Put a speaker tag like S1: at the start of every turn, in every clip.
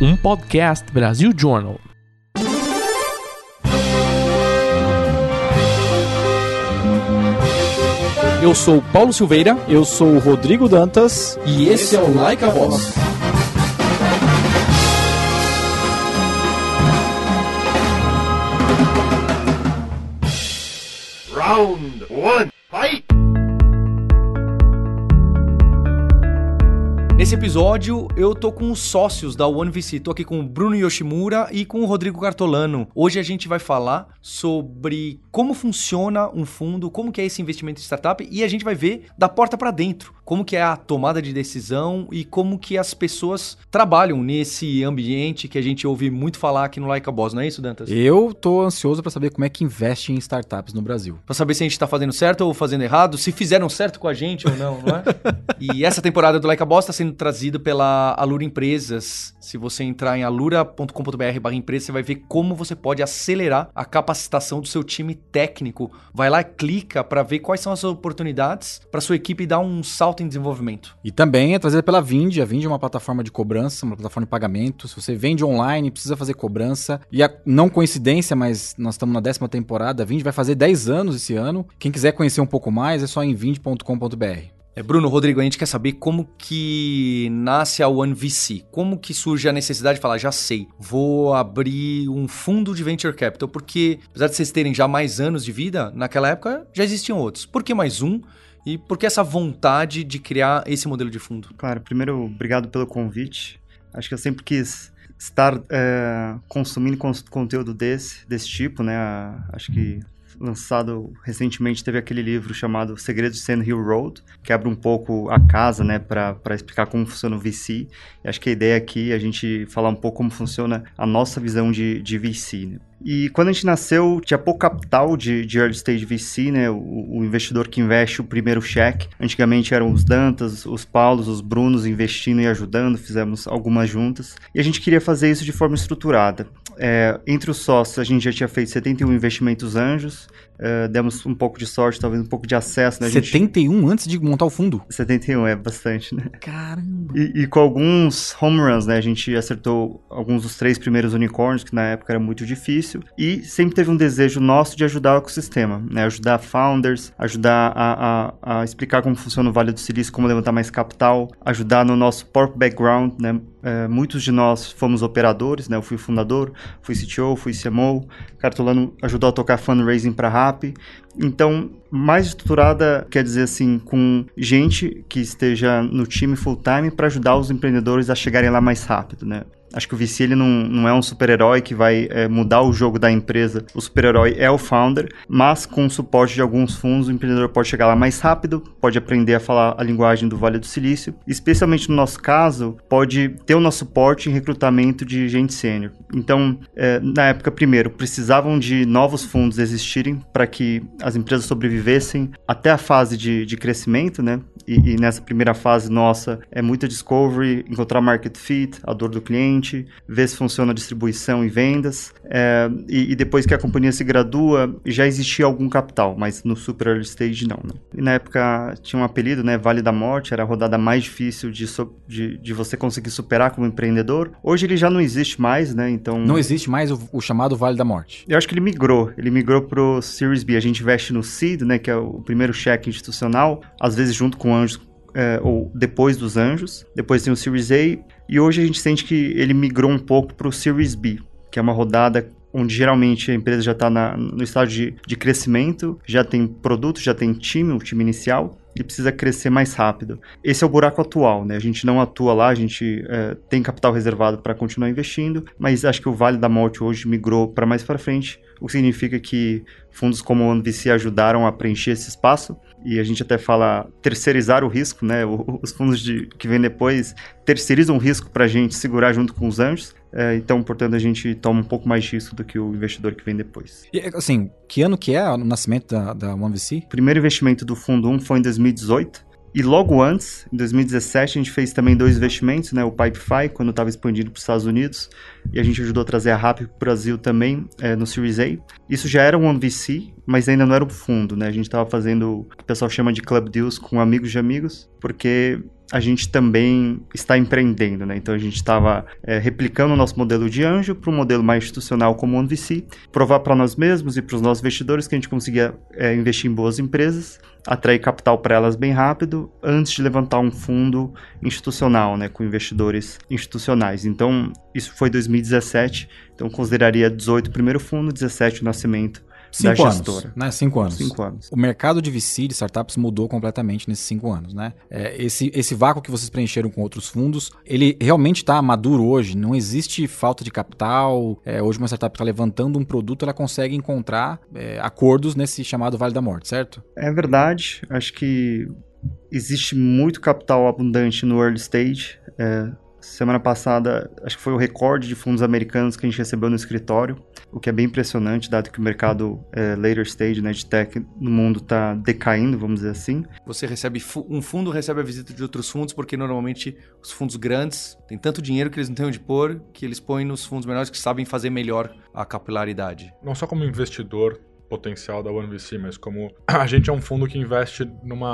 S1: um podcast Brasil Journal.
S2: Eu sou o Paulo Silveira.
S3: Eu sou o Rodrigo Dantas.
S2: E esse é o Like a Boss.
S4: Round 1, fight!
S2: Nesse episódio, eu tô com os sócios da OneVC. Tô aqui com o Bruno Yoshimura e com o Rodrigo Cartolano. Hoje a gente vai falar sobre como funciona um fundo, como que é esse investimento em startup, e a gente vai ver da porta para dentro, como que é a tomada de decisão e como que as pessoas trabalham nesse ambiente que a gente ouve muito falar aqui no Like a Boss, não é isso, Dantas?
S3: Eu tô ansioso para saber como é que investe em startups no Brasil.
S2: Pra saber se a gente tá fazendo certo ou fazendo errado, se fizeram certo com a gente ou não, não é? E essa temporada do Like a Boss tá sendo trazido pela Alura Empresas. Se você entrar em alura.com.br/empresa, você vai ver como você pode acelerar a capacitação do seu time técnico. Vai lá, clica para ver quais são as oportunidades para sua equipe dar um salto em desenvolvimento.
S3: E também é trazida pela Vindi. A Vindi é uma plataforma de cobrança, uma plataforma de pagamento. Se você vende online, precisa fazer cobrança. E não coincidência, mas nós estamos na 10ª temporada. A Vindi vai fazer 10 anos esse ano. Quem quiser conhecer um pouco mais, é só em vindi.com.br.
S2: Bruno, Rodrigo, a gente quer saber como que nasce a OneVC, como que surge a necessidade de falar, já sei, vou abrir um fundo de Venture Capital, porque apesar de vocês terem já mais anos de vida, naquela época já existiam outros. Por que mais um? E por que essa vontade de criar esse modelo de fundo?
S5: Claro, primeiro, obrigado pelo convite. Acho que eu sempre quis estar consumindo conteúdo desse tipo, né? Acho que lançado recentemente, teve aquele livro chamado Segredos de Sand Hill Road, que abre um pouco a casa, né, para explicar como funciona o VC. E acho que a ideia aqui é a gente falar um pouco como funciona a nossa visão de VC, né? E quando a gente nasceu, tinha pouco capital de early stage VC, né? O investidor que investe o primeiro cheque. Antigamente eram os Dantas, os Paulos, os Brunos investindo e ajudando, fizemos algumas juntas. E a gente queria fazer isso de forma estruturada. Entre os sócios, a gente já tinha feito 71 investimentos anjos. Demos um pouco de sorte, talvez um pouco de acesso, né?
S3: 71 antes de montar o fundo?
S5: 71, é bastante, né?
S3: Caramba!
S5: E com alguns home runs, né? A gente acertou alguns dos 3 primeiros unicórnios, que na época era muito difícil. E sempre teve um desejo nosso de ajudar o ecossistema, né? Ajudar founders, ajudar a explicar como funciona o Vale do Silício, como levantar mais capital, ajudar no nosso próprio background, né? Muitos de nós fomos operadores, né? Eu fui fundador, fui CTO, fui CMO, Cartolano ajudou a tocar fundraising para Rappi. Então, mais estruturada, quer dizer assim, com gente que esteja no time full time para ajudar os empreendedores a chegarem lá mais rápido, né? Acho que o VC ele não é um super-herói que vai mudar o jogo da empresa. O super-herói é o founder, mas com o suporte de alguns fundos, o empreendedor pode chegar lá mais rápido, pode aprender a falar a linguagem do Vale do Silício. Especialmente no nosso caso, pode ter o nosso suporte em recrutamento de gente sênior. Então, na época, primeiro, precisavam de novos fundos existirem para que as empresas sobrevivessem até a fase de crescimento, né? E nessa primeira fase nossa, é muita discovery, encontrar market fit, a dor do cliente, ver se funciona a distribuição e vendas. E depois que a companhia se gradua, já existia algum capital, mas no super early stage não, né? E na época tinha um apelido, né? Vale da Morte, era a rodada mais difícil de você conseguir superar como empreendedor. Hoje ele já não existe mais, né? Então...
S3: Não existe mais o chamado Vale da Morte.
S5: Eu acho que ele migrou pro Series B. A gente investe no Seed, né? Que é o primeiro cheque institucional, às vezes junto com anjos, ou depois dos anjos. Depois tem o Series A. E hoje a gente sente que ele migrou um pouco pro Series B, que é uma rodada onde geralmente a empresa já está no estágio de crescimento, já tem produto, já tem time, o time inicial, e precisa crescer mais rápido. Esse é o buraco atual, né? A gente não atua lá, a gente tem capital reservado para continuar investindo, mas acho que o Vale da Morte hoje migrou para mais para frente, o que significa que fundos como o OneVC ajudaram a preencher esse espaço, e a gente até fala terceirizar o risco, né? Os fundos que vêm depois terceirizam o risco para a gente segurar junto com os anjos, então, portanto, a gente toma um pouco mais de risco do que o investidor que vem depois.
S3: E, assim, que ano que é o nascimento da OneVC?
S5: O primeiro investimento do Fundo 1 foi em 2018, e logo antes, em 2017, a gente fez também 2 investimentos, né? O Pipefy, quando estava expandindo para os Estados Unidos, e a gente ajudou a trazer a Rappi para o Brasil também, no Series A. Isso já era um OneVC, mas ainda não era um fundo, né? A gente estava fazendo o que o pessoal chama de club deals com amigos de amigos, porque a gente também está empreendendo, né? Então a gente estava replicando o nosso modelo de anjo para um modelo mais institucional como o OneVC, provar para nós mesmos e para os nossos investidores que a gente conseguia investir em boas empresas, atrair capital para elas bem rápido, antes de levantar um fundo institucional, né, com investidores institucionais. Então, isso foi 2017, então consideraria 18 o primeiro fundo, 17 o nascimento da gestora.
S3: Anos, né? 5 anos.
S5: 5 anos.
S3: O mercado de VC, de startups, mudou completamente nesses 5 anos, né? Esse vácuo que vocês preencheram com outros fundos, ele realmente está maduro hoje? Não existe falta de capital? Hoje uma startup está levantando um produto, ela consegue encontrar acordos nesse chamado Vale da Morte, certo?
S5: É verdade. Acho que existe muito capital abundante no early stage. Semana passada, acho que foi o recorde de fundos americanos que a gente recebeu no escritório, o que é bem impressionante, dado que o mercado later stage, né, de tech no mundo está decaindo, vamos dizer assim.
S2: Você recebe, um fundo recebe a visita de outros fundos, porque normalmente os fundos grandes têm tanto dinheiro que eles não têm onde pôr, que eles põem nos fundos menores que sabem fazer melhor a capilaridade.
S6: Não só como investidor potencial da OneVC, mas como a gente é um fundo que investe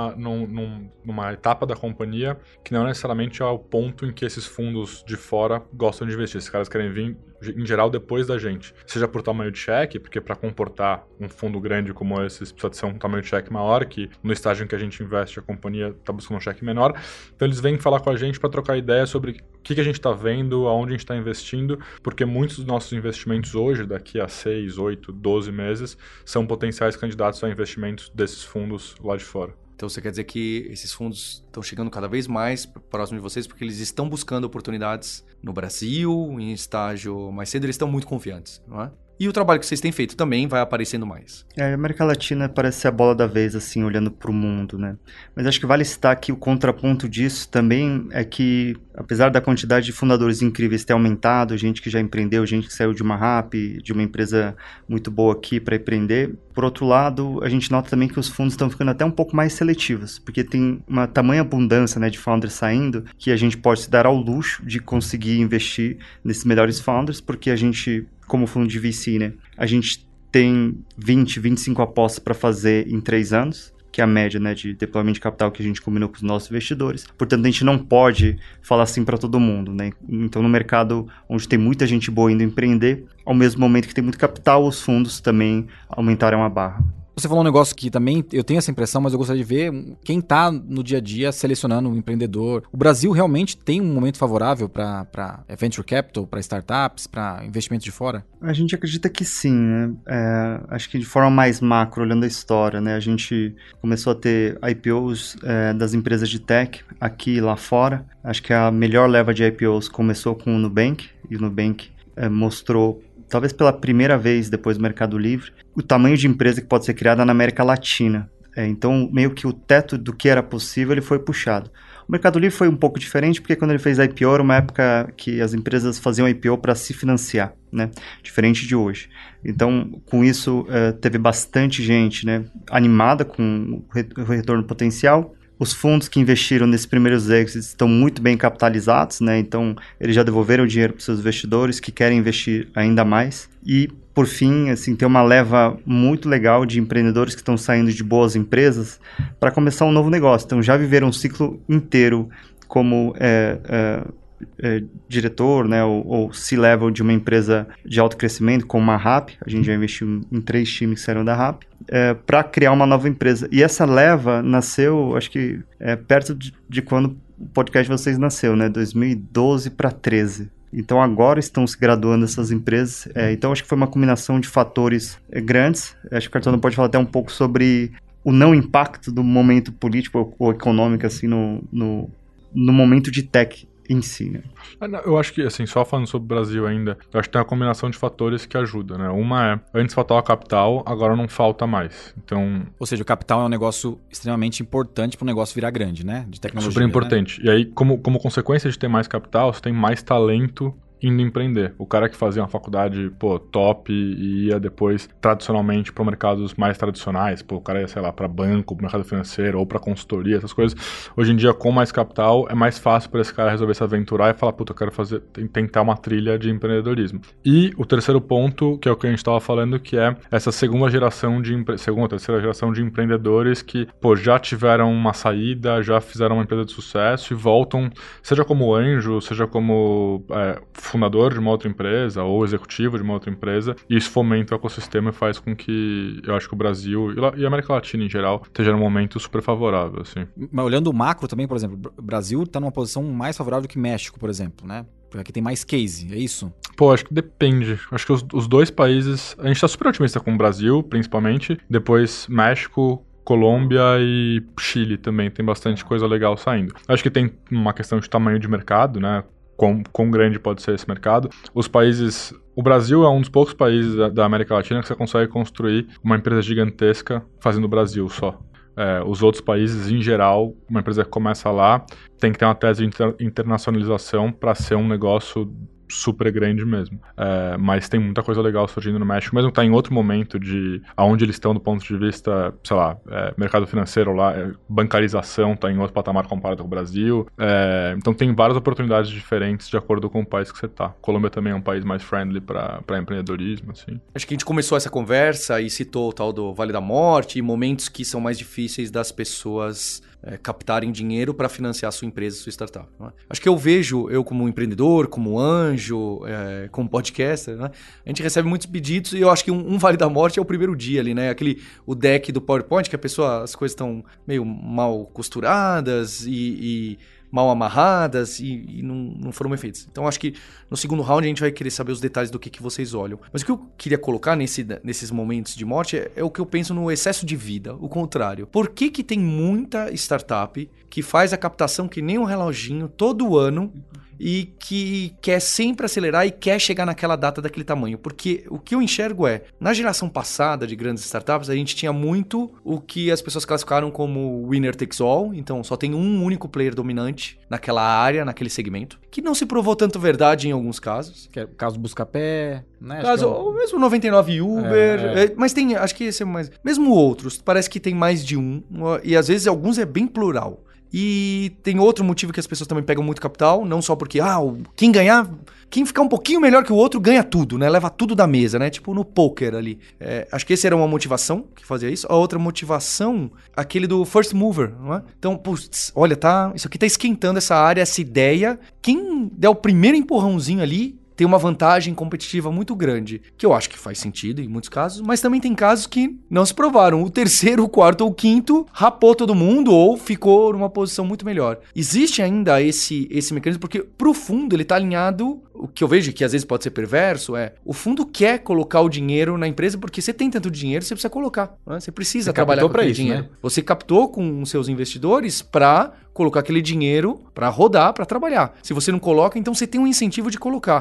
S6: numa etapa da companhia que não necessariamente é o ponto em que esses fundos de fora gostam de investir. Esses caras querem vir, em geral, depois da gente. Seja por tamanho de cheque, porque para comportar um fundo grande como esse, precisa de ser um tamanho de cheque maior, que no estágio em que a gente investe, a companhia está buscando um cheque menor. Então eles vêm falar com a gente para trocar ideia sobre o que a gente está vendo, aonde a gente está investindo, porque muitos dos nossos investimentos hoje, daqui a 6, 8, 12 meses, são potenciais candidatos a investimentos desses fundos lá de fora.
S2: Então você quer dizer que esses fundos estão chegando cada vez mais próximo de vocês porque eles estão buscando oportunidades no Brasil, em estágio mais cedo, eles estão muito confiantes, não é? E o trabalho que vocês têm feito também vai aparecendo mais.
S5: A América Latina parece ser a bola da vez, assim, olhando para o mundo, né? Mas acho que vale citar que o contraponto disso também é que, apesar da quantidade de fundadores incríveis ter aumentado, gente que já empreendeu, gente que saiu de uma RAP, de uma empresa muito boa aqui para empreender, por outro lado, a gente nota também que os fundos estão ficando até um pouco mais seletivos, porque tem uma tamanha abundância, né, de founders saindo, que a gente pode se dar ao luxo de conseguir investir nesses melhores founders, porque a gente, como fundo de VC, né, a gente tem 20, 25 apostas para fazer em 3 anos, que é a média, né, de deployment de capital que a gente combinou com os nossos investidores. Portanto, a gente não pode falar assim para todo mundo, né? Então, no mercado onde tem muita gente boa indo empreender, ao mesmo momento que tem muito capital, os fundos também aumentaram a barra.
S3: Você falou um negócio que também eu tenho essa impressão, mas eu gostaria de ver quem está no dia a dia selecionando um empreendedor. O Brasil realmente tem um momento favorável para venture capital, para startups, para investimentos de fora?
S5: A gente acredita que sim, né? Acho que de forma mais macro, olhando a história, né? A gente começou a ter IPOs das empresas de tech aqui e lá fora. Acho que a melhor leva de IPOs começou com o Nubank, e o Nubank mostrou, talvez pela primeira vez depois do Mercado Livre, o tamanho de empresa que pode ser criada na América Latina. Então, meio que o teto do que era possível, ele foi puxado. O Mercado Livre foi um pouco diferente, porque quando ele fez a IPO, era uma época que as empresas faziam IPO para se financiar, né? Diferente de hoje. Então, com isso, teve bastante gente, né, animada com o retorno potencial. Os fundos que investiram nesses primeiros exits estão muito bem capitalizados, né? Então, eles já devolveram o dinheiro para os seus investidores que querem investir ainda mais. E, por fim, assim, tem uma leva muito legal de empreendedores que estão saindo de boas empresas para começar um novo negócio. Então, já viveram um ciclo inteiro como diretor, né, ou C-level de uma empresa de alto crescimento, como a RAP. A gente já investiu em 3 times que saíram da RAP, para criar uma nova empresa. E essa leva nasceu, acho que perto de quando o podcast de vocês nasceu, né, 2012 para 13. Então agora estão se graduando essas empresas. Então acho que foi uma combinação de fatores grandes. Acho que o Cartolano pode falar até um pouco sobre o não impacto do momento político ou econômico assim, no momento de tech em si, né?
S6: Eu acho que, assim, só falando sobre o Brasil ainda, eu acho que tem uma combinação de fatores que ajuda, né? Uma é, antes faltava capital, agora não falta mais. Então...
S3: Ou seja, o capital é um negócio extremamente importante para o negócio virar grande, né? De tecnologia.
S6: Super importante.
S3: Né?
S6: E aí, como consequência de ter mais capital, você tem mais talento indo empreender. O cara que fazia uma faculdade, top e ia depois, tradicionalmente, para mercados mais tradicionais, o cara ia, sei lá, para banco, pro mercado financeiro ou para consultoria, essas coisas. Hoje em dia, com mais capital, é mais fácil para esse cara resolver se aventurar e falar, eu quero tentar uma trilha de empreendedorismo. E o terceiro ponto, que é o que a gente estava falando, que é essa segunda, terceira geração de empreendedores que, já tiveram uma saída, já fizeram uma empresa de sucesso e voltam, seja como anjo, seja como fundador de uma outra empresa ou executivo de uma outra empresa, e isso fomenta o ecossistema e faz com que eu acho que o Brasil e a América Latina em geral esteja num momento super favorável, assim.
S3: Mas olhando o macro também, por exemplo, o Brasil está numa posição mais favorável do que México, por exemplo, né? Porque aqui tem mais case, é isso?
S6: Acho que depende. Acho que os dois países... A gente tá super otimista com o Brasil, principalmente. Depois, México, Colômbia e Chile também. Tem bastante coisa legal saindo. Acho que tem uma questão de tamanho de mercado, né? Quão grande pode ser esse mercado. Os países... O Brasil é um dos poucos países da América Latina que você consegue construir uma empresa gigantesca fazendo o Brasil só. Os outros países, em geral, uma empresa que começa lá tem que ter uma tese de internacionalização para ser um negócio super grande mesmo. Mas tem muita coisa legal surgindo no México, mesmo que tá em outro momento de aonde eles estão do ponto de vista, sei lá, mercado financeiro lá, bancarização tá em outro patamar comparado com o Brasil. Então tem várias oportunidades diferentes de acordo com o país que você tá. Colômbia também é um país mais friendly para empreendedorismo, assim.
S2: Acho que a gente começou essa conversa e citou o tal do Vale da Morte e momentos que são mais difíceis das pessoas captarem dinheiro para financiar a sua empresa, sua startup. Né? Acho que eu como empreendedor, como anjo, como podcaster, né? A gente recebe muitos pedidos e eu acho que um Vale da Morte é o primeiro dia ali, né? O deck do PowerPoint, que as coisas estão meio mal costuradas e mal amarradas e não foram bem feitas. Então, acho que no segundo round a gente vai querer saber os detalhes do que vocês olham. Mas o que eu queria colocar nesses momentos de morte é o que eu penso no excesso de vida, o contrário. Por que tem muita startup que faz a captação que nem um reloginho todo ano e que quer sempre acelerar e quer chegar naquela data daquele tamanho? Porque o que eu enxergo na geração passada de grandes startups, a gente tinha muito o que as pessoas classificaram como winner takes all, então só tem um único player dominante naquela área, naquele segmento, que não se provou tanto verdade em alguns casos.
S3: Que é o caso do Buscapé, né?
S2: Ou mesmo 99 Uber, mas tem, acho que esse é mais... Mesmo outros, parece que tem mais de um, e às vezes alguns é bem plural. E tem outro motivo que as pessoas também pegam muito capital, não só porque, quem ficar um pouquinho melhor que o outro ganha tudo, né? Leva tudo da mesa, né? Tipo no poker ali. Acho que essa era uma motivação que fazia isso. A outra motivação, aquele do first mover, não é? Então, olha, isso aqui tá esquentando essa área, essa ideia. Quem der o primeiro empurrãozinho ali tem uma vantagem competitiva muito grande, que eu acho que faz sentido em muitos casos, mas também tem casos que não se provaram. O terceiro, o quarto ou o quinto rapou todo mundo ou ficou numa posição muito melhor. Existe ainda esse mecanismo, porque pro fundo ele tá alinhado. O que eu vejo que às vezes pode ser perverso o fundo quer colocar o dinheiro na empresa porque você tem tanto dinheiro, você precisa colocar. Né? Você precisa trabalhar com aquele dinheiro. Né? Você captou com seus investidores para colocar aquele dinheiro para rodar, para trabalhar. Se você não coloca, então você tem um incentivo de colocar.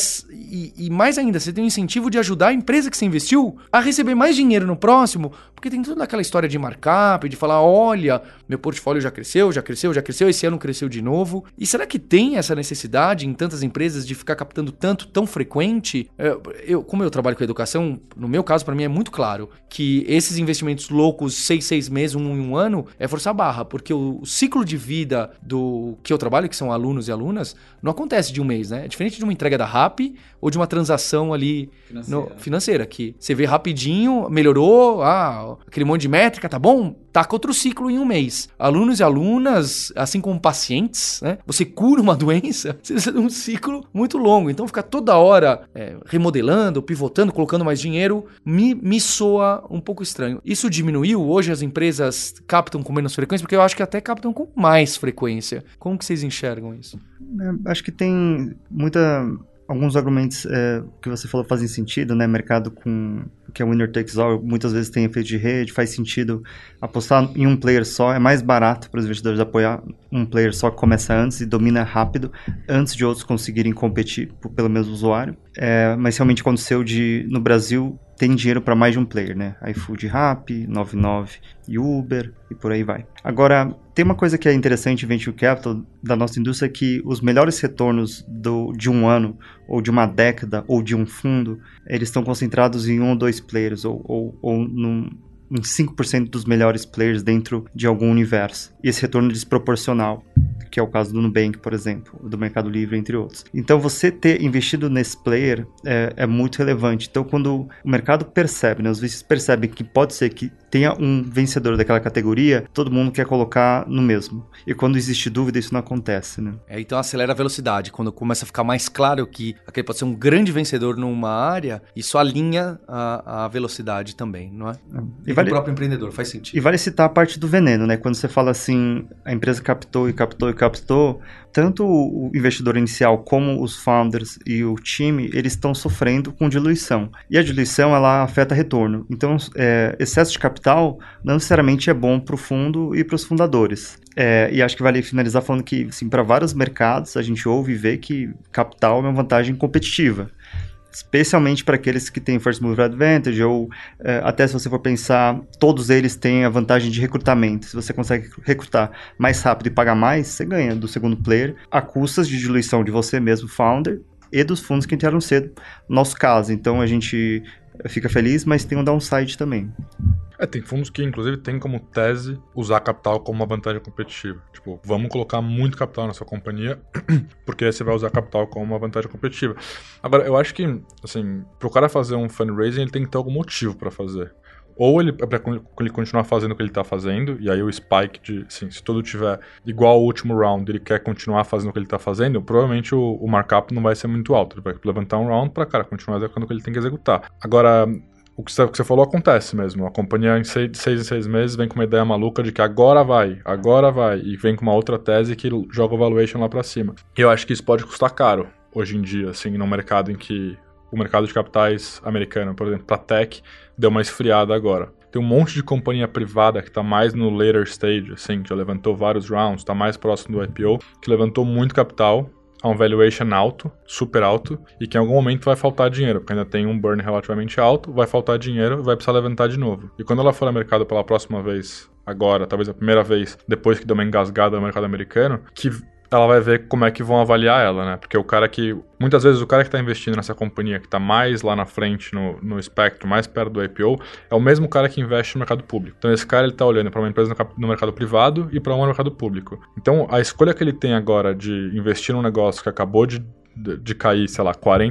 S2: E mais ainda, você tem um incentivo de ajudar a empresa que você investiu a receber mais dinheiro no próximo, porque tem toda aquela história de markup, de falar, olha, meu portfólio já cresceu, esse ano cresceu de novo. E será que tem essa necessidade em tantas empresas de ficar captando tão frequente? Como eu trabalho com educação, no meu caso, para mim é muito claro que esses investimentos loucos, 6 meses, um ano, é forçar a barra, porque o ciclo de vida do que eu trabalho, que são alunos e alunas, não acontece de um mês, né? É diferente de uma entrega da Rappi ou de uma transação ali financeira, que você vê rapidinho, melhorou, aquele monte de métrica, tá bom? Taca outro ciclo em um mês. Alunos e alunas, assim como pacientes, né? Você cura uma doença, você precisa de um ciclo muito longo. Então, ficar toda hora remodelando, pivotando, colocando mais dinheiro, me soa um pouco estranho. Isso diminuiu? Hoje as empresas captam com menos frequência? Porque eu acho que até captam com mais frequência. Como que vocês enxergam isso?
S5: Acho que tem alguns argumentos que você falou fazem sentido, né? Mercado que é winner takes all, muitas vezes tem efeito de rede, faz sentido apostar em um player só, é mais barato para os investidores apoiar um player só que começa antes e domina rápido, antes de outros conseguirem competir pelo mesmo usuário. Mas realmente aconteceu no Brasil, tem dinheiro para mais de um player, né? iFood, Rappi, 99 e Uber e por aí vai. Agora, tem uma coisa que é interessante em Venture Capital da nossa indústria, é que os melhores retornos de um ano, ou de uma década, ou de um fundo, eles estão concentrados em 1 ou 2 players, ou em 5% dos melhores players dentro de algum universo. E esse retorno é desproporcional, que é o caso do Nubank, por exemplo, do Mercado Livre, entre outros. Então, você ter investido nesse player é muito relevante. Então, quando o mercado percebe, né, os VCs percebem que pode ser que tenha um vencedor daquela categoria, todo mundo quer colocar no mesmo. E quando existe dúvida, isso não acontece, né?
S2: Então acelera a velocidade. Quando começa a ficar mais claro que aquele pode ser um grande vencedor numa área, isso alinha a velocidade também, não é? E vale, o próprio empreendedor, faz sentido.
S5: E vale citar a parte do veneno, né? Quando você fala assim, a empresa captou, tanto o investidor inicial como os founders e o time, eles estão sofrendo com diluição. E a diluição, ela afeta retorno. Então, excesso de capital não necessariamente é bom para o fundo e para os fundadores. E acho que vale finalizar falando que, assim, para vários mercados, a gente ouve e vê que capital é uma vantagem competitiva. Especialmente para aqueles que têm First Mover Advantage, ou até se você for pensar, todos eles têm a vantagem de recrutamento. Se você consegue recrutar mais rápido e pagar mais, você ganha do segundo player, a custas de diluição de você mesmo, founder, e dos fundos que entraram cedo. Nosso caso, então a gente fica feliz, mas tem um downside também.
S6: Tem fundos que, inclusive, tem como tese usar capital como uma vantagem competitiva. Tipo, vamos colocar muito capital na sua companhia, porque aí você vai usar capital como uma vantagem competitiva. Agora, eu acho que, assim, pro cara fazer um fundraising, ele tem que ter algum motivo para fazer. Ou ele é pra ele continuar fazendo o que ele tá fazendo, e aí o spike de, assim, se tudo tiver igual ao último round, ele quer continuar fazendo o que ele tá fazendo, provavelmente o markup não vai ser muito alto. Ele vai levantar um round pra, cara, continuar executando o que ele tem que executar. Agora, o que você falou acontece mesmo. A companhia, de 6 em 6 meses, vem com uma ideia maluca de que agora vai, e vem com uma outra tese que joga o valuation lá pra cima. E eu acho que isso pode custar caro, hoje em dia, assim, num mercado em que o mercado de capitais americano, por exemplo, para tech, deu uma esfriada agora. Tem um monte de companhia privada que está mais no later stage, assim, que já levantou vários rounds, está mais próximo do IPO, que levantou muito capital, a um valuation alto, super alto, e que em algum momento vai faltar dinheiro, porque ainda tem um burn relativamente alto, vai faltar dinheiro e vai precisar levantar de novo. E quando ela for ao mercado pela próxima vez, agora, talvez a primeira vez, depois que deu uma engasgada no mercado americano, que ela vai ver como é que vão avaliar ela, né? Porque muitas vezes o cara que está investindo nessa companhia, que está mais lá na frente no espectro, mais perto do IPO, é o mesmo cara que investe no mercado público. Então esse cara, ele está olhando para uma empresa no mercado privado e para uma no mercado público. Então a escolha que ele tem agora de investir num negócio que acabou de cair, sei lá,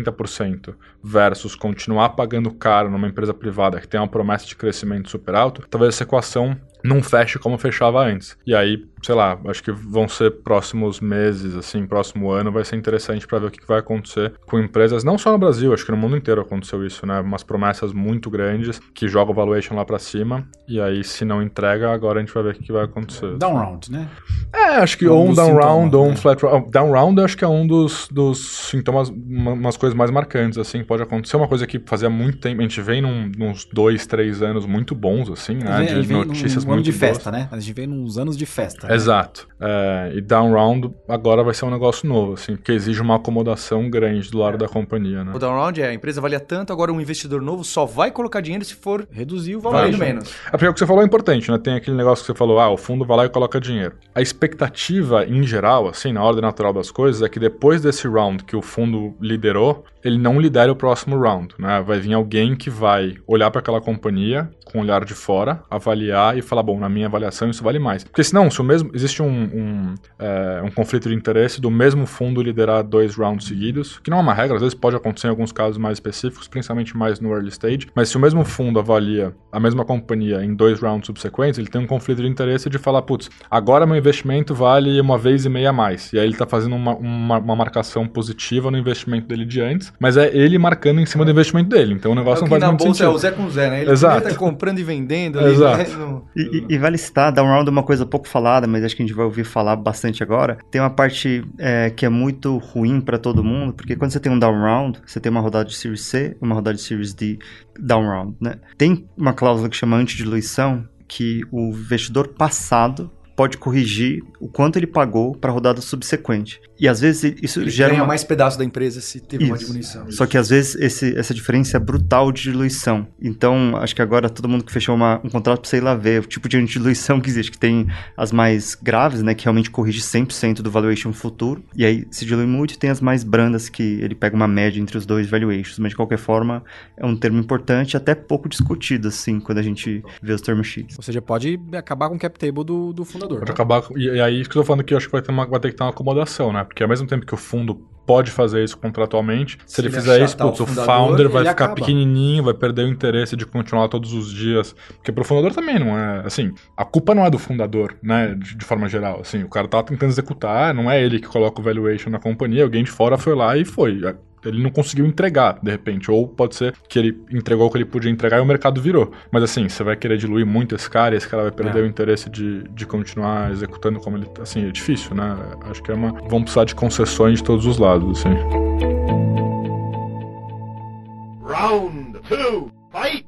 S6: 40% versus continuar pagando caro numa empresa privada que tem uma promessa de crescimento super alto, talvez essa equação não feche como fechava antes. E aí, sei lá, acho que vão ser próximos meses, assim, próximo ano, vai ser interessante para ver o que vai acontecer com empresas, não só no Brasil, acho que no mundo inteiro aconteceu isso, né? Umas promessas muito grandes que jogam o valuation lá para cima, e aí se não entrega, agora a gente vai ver o que vai acontecer.
S3: Down round, né?
S6: Acho que ou um down round ou um flat round. Down round acho que é um dos sintomas, umas coisas mais marcantes, assim, pode acontecer. Uma coisa que fazia muito tempo, a gente vem nos 2, 3 anos muito bons, assim, né? De notícias muito
S3: de festa,
S6: boas.
S3: Né? A gente vem nos anos de festa.
S6: Exato. E down round agora vai ser um negócio novo, assim, porque exige uma acomodação grande do lado da companhia, né?
S2: O down round a empresa valia tanto, agora um investidor novo só vai colocar dinheiro se for
S3: reduzir o
S2: valendo
S3: valor.
S2: menos.
S6: Porque o que você falou é importante, né? Tem aquele negócio que você falou, o fundo vai lá e coloca dinheiro. A expectativa, em geral, assim, na ordem natural das coisas, é que depois desse round que o fundo liderou, ele não lidere o próximo round, né? Vai vir alguém que vai olhar para aquela companhia com o olhar de fora, avaliar e falar, bom, na minha avaliação isso vale mais. Porque senão, se existe um conflito de interesse do mesmo fundo liderar 2 rounds seguidos, que não é uma regra, às vezes pode acontecer em alguns casos mais específicos, principalmente mais no early stage, mas se o mesmo fundo avalia a mesma companhia em 2 rounds subsequentes, ele tem um conflito de interesse de falar, putz, agora meu investimento vale 1,5 vezes a mais. E aí ele está fazendo uma marcação positiva no investimento dele de antes, mas é ele marcando em cima do investimento dele. Então o negócio não faz muito sentido.
S2: É o Zé com Zé, né? Ele
S6: Exato.
S2: Tá comprando e vendendo.
S6: Exato.
S5: E vale citar, down round é uma coisa pouco falada, mas acho que a gente vai ouvir falar bastante agora. Tem uma parte que é muito ruim para todo mundo, porque quando você tem um down round, você tem uma rodada de Series C e uma rodada de Series D down round, né? Tem uma cláusula que chama antidiluição, que o investidor passado pode corrigir o quanto ele pagou para a rodada subsequente. E às vezes isso
S2: Ele
S5: gera
S2: ganha mais pedaço da empresa se teve uma diminuição.
S5: Só que às vezes essa diferença é brutal de diluição. Então, acho que agora todo mundo que fechou um contrato precisa ir lá ver o tipo de diluição que existe, que tem as mais graves, né, que realmente corrige 100% do valuation futuro, e aí se dilui muito, e tem as mais brandas, que ele pega uma média entre os dois valuations, mas de qualquer forma é um termo importante, até pouco discutido, assim, quando a gente vê os term sheets.
S3: Ou seja, pode acabar com o cap table do fundador.
S6: Pode acabar, e aí isso que eu tô falando que eu acho que vai ter que ter uma acomodação, né? Porque ao mesmo tempo que o fundo pode fazer isso contratualmente, se ele fizer isso, putz, o founder vai ficar pequenininho, vai perder o interesse de continuar todos os dias, porque pro fundador também não é, assim, a culpa não é do fundador, né, de forma geral, assim, o cara tá tentando executar, não é ele que coloca o valuation na companhia, alguém de fora foi lá e foi. Ele não conseguiu entregar, de repente. Ou pode ser que ele entregou o que ele podia entregar e o mercado virou. Mas assim, você vai querer diluir muito esse cara e esse cara vai perder o interesse de continuar executando como ele... Assim, é difícil, né? Acho que vão precisar de concessões de todos os lados, assim.
S4: Round 2, fight!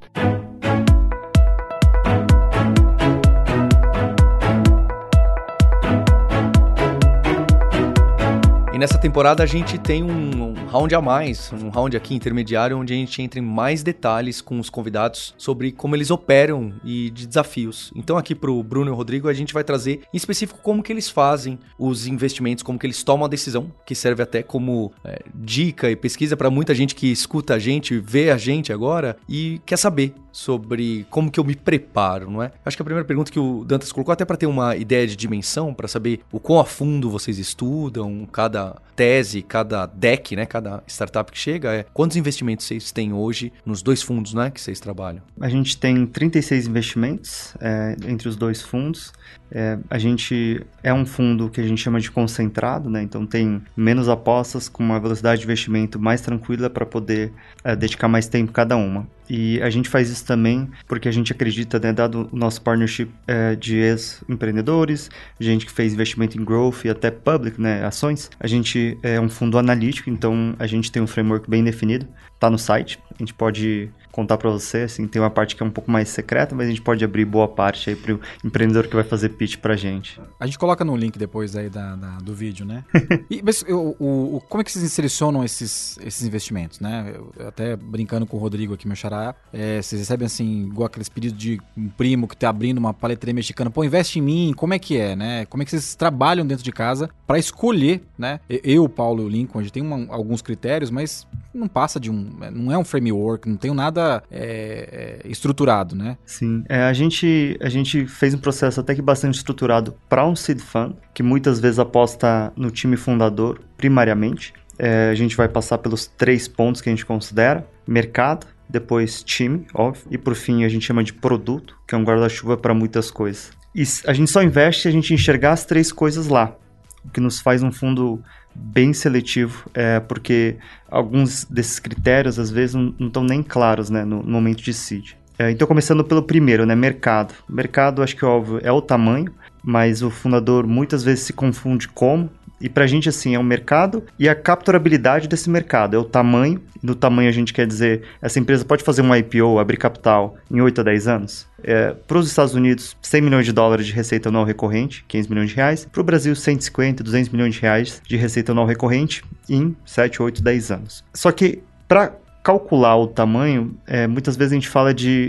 S2: E nessa temporada a gente tem um round a mais, um round aqui intermediário, onde a gente entra em mais detalhes com os convidados sobre como eles operam e de desafios. Então aqui pro Bruno e o Rodrigo a gente vai trazer em específico como que eles fazem os investimentos, como que eles tomam a decisão, que serve até como dica e pesquisa para muita gente que escuta a gente, vê a gente agora e quer saber sobre como que eu me preparo, não é? Acho que a primeira pergunta que o Dantas colocou, até para ter uma ideia de dimensão, para saber o quão a fundo vocês estudam, cada tese, cada deck, né, cada startup que chega, quantos investimentos vocês têm hoje nos dois fundos, né, que vocês trabalham?
S5: A gente tem 36 investimentos entre os dois fundos. A gente é um fundo que a gente chama de concentrado, né? Então tem menos apostas com uma velocidade de investimento mais tranquila para poder dedicar mais tempo cada uma. E a gente faz isso também porque a gente acredita, né, dado o nosso partnership de ex-empreendedores, gente que fez investimento em growth e até public, né, ações. A gente é um fundo analítico, então a gente tem um framework bem definido, tá no site, a gente pode contar para você, assim, tem uma parte que é um pouco mais secreta, mas a gente pode abrir boa parte aí pro empreendedor que vai fazer pitch pra gente.
S3: A gente coloca no link depois aí do vídeo, né? Mas como é que vocês selecionam esses investimentos, né? Eu até brincando com o Rodrigo aqui, meu xará, vocês recebem assim, igual aqueles pedidos de um primo que tá abrindo uma paleteria mexicana, pô, investe em mim, como é que é, né? Como é que vocês trabalham dentro de casa para escolher, né? Eu, o Paulo e o Lincoln, a gente tem alguns critérios, mas não passa não é um framework, não tem nada estruturado, né?
S5: Sim, a gente fez um processo até que bastante estruturado para um seed fund, que muitas vezes aposta no time fundador, primariamente. A gente vai passar pelos 3 pontos que a gente considera: mercado, depois time, óbvio, e por fim a gente chama de produto, que é um guarda-chuva para muitas coisas. E a gente só investe se a gente enxergar as 3 coisas lá, o que nos faz um fundo bem seletivo, porque alguns desses critérios às vezes não estão nem claros, né, no momento de seed. Então, começando pelo primeiro, né, mercado. Mercado, acho que óbvio, é o tamanho, mas o fundador muitas vezes se confunde como. E pra gente, assim, é o mercado e a capturabilidade desse mercado. É o tamanho. No tamanho a gente quer dizer, essa empresa pode fazer um IPO, abrir capital em 8 a 10 anos? Para os Estados Unidos, 100 milhões de dólares de receita anual recorrente, 15 milhões de reais. Para o Brasil, 150, 200 milhões de reais de receita anual recorrente em 7, 8, 10 anos. Só que para calcular o tamanho, muitas vezes a gente fala de...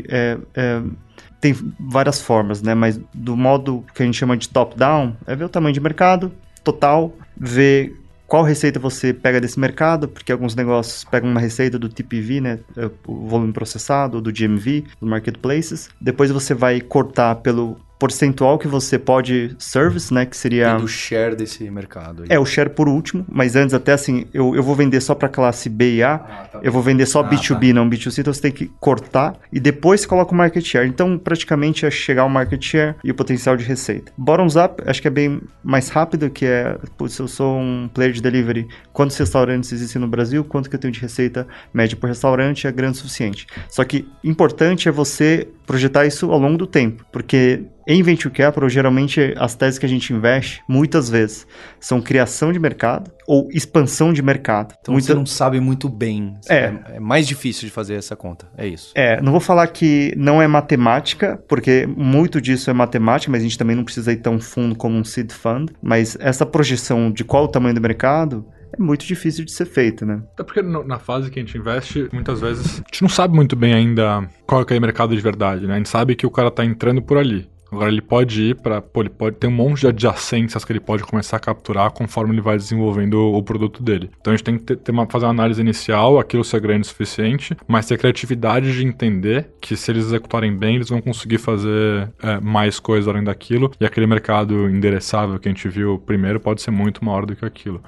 S5: tem várias formas, né? Mas do modo que a gente chama de top-down, é ver o tamanho de mercado total, ver qual receita você pega desse mercado, porque alguns negócios pegam uma receita do TPV, né, o volume processado, do GMV, do marketplaces. Depois você vai cortar pelo percentual que você pode service, né, que seria...
S2: E do share desse mercado. Aí.
S5: O share por último, mas antes até assim, eu vou vender só para classe B e A, eu vou vender só B2B, não B2C, então você tem que cortar e depois coloca o market share. Então, praticamente é chegar ao market share e o potencial de receita. Bottoms up, acho que é bem mais rápido, que se eu sou um player de delivery, quantos restaurantes existem no Brasil, quanto que eu tenho de receita média por restaurante, é grande o suficiente. Só que importante é você projetar isso ao longo do tempo, porque em Venture Capital, geralmente, as teses que a gente investe, muitas vezes, são criação de mercado ou expansão de mercado.
S2: Então você não sabe muito bem. É mais difícil de fazer essa conta, é isso.
S5: Não vou falar que não é matemática, porque muito disso é matemática, mas a gente também não precisa ir tão fundo como um seed fund. Mas essa projeção de qual o tamanho do mercado é muito difícil de ser feita, né?
S6: Até porque na fase que a gente investe, muitas vezes, a gente não sabe muito bem ainda qual que é o mercado de verdade, né? A gente sabe que o cara tá entrando por ali. Agora ele pode ir ele pode ter um monte de adjacências que ele pode começar a capturar conforme ele vai desenvolvendo o produto dele. Então a gente tem que fazer uma análise inicial, aquilo ser grande o suficiente, mas ter criatividade de entender que se eles executarem bem, eles vão conseguir fazer mais coisas além daquilo, e aquele mercado endereçável que a gente viu primeiro pode ser muito maior do que aquilo.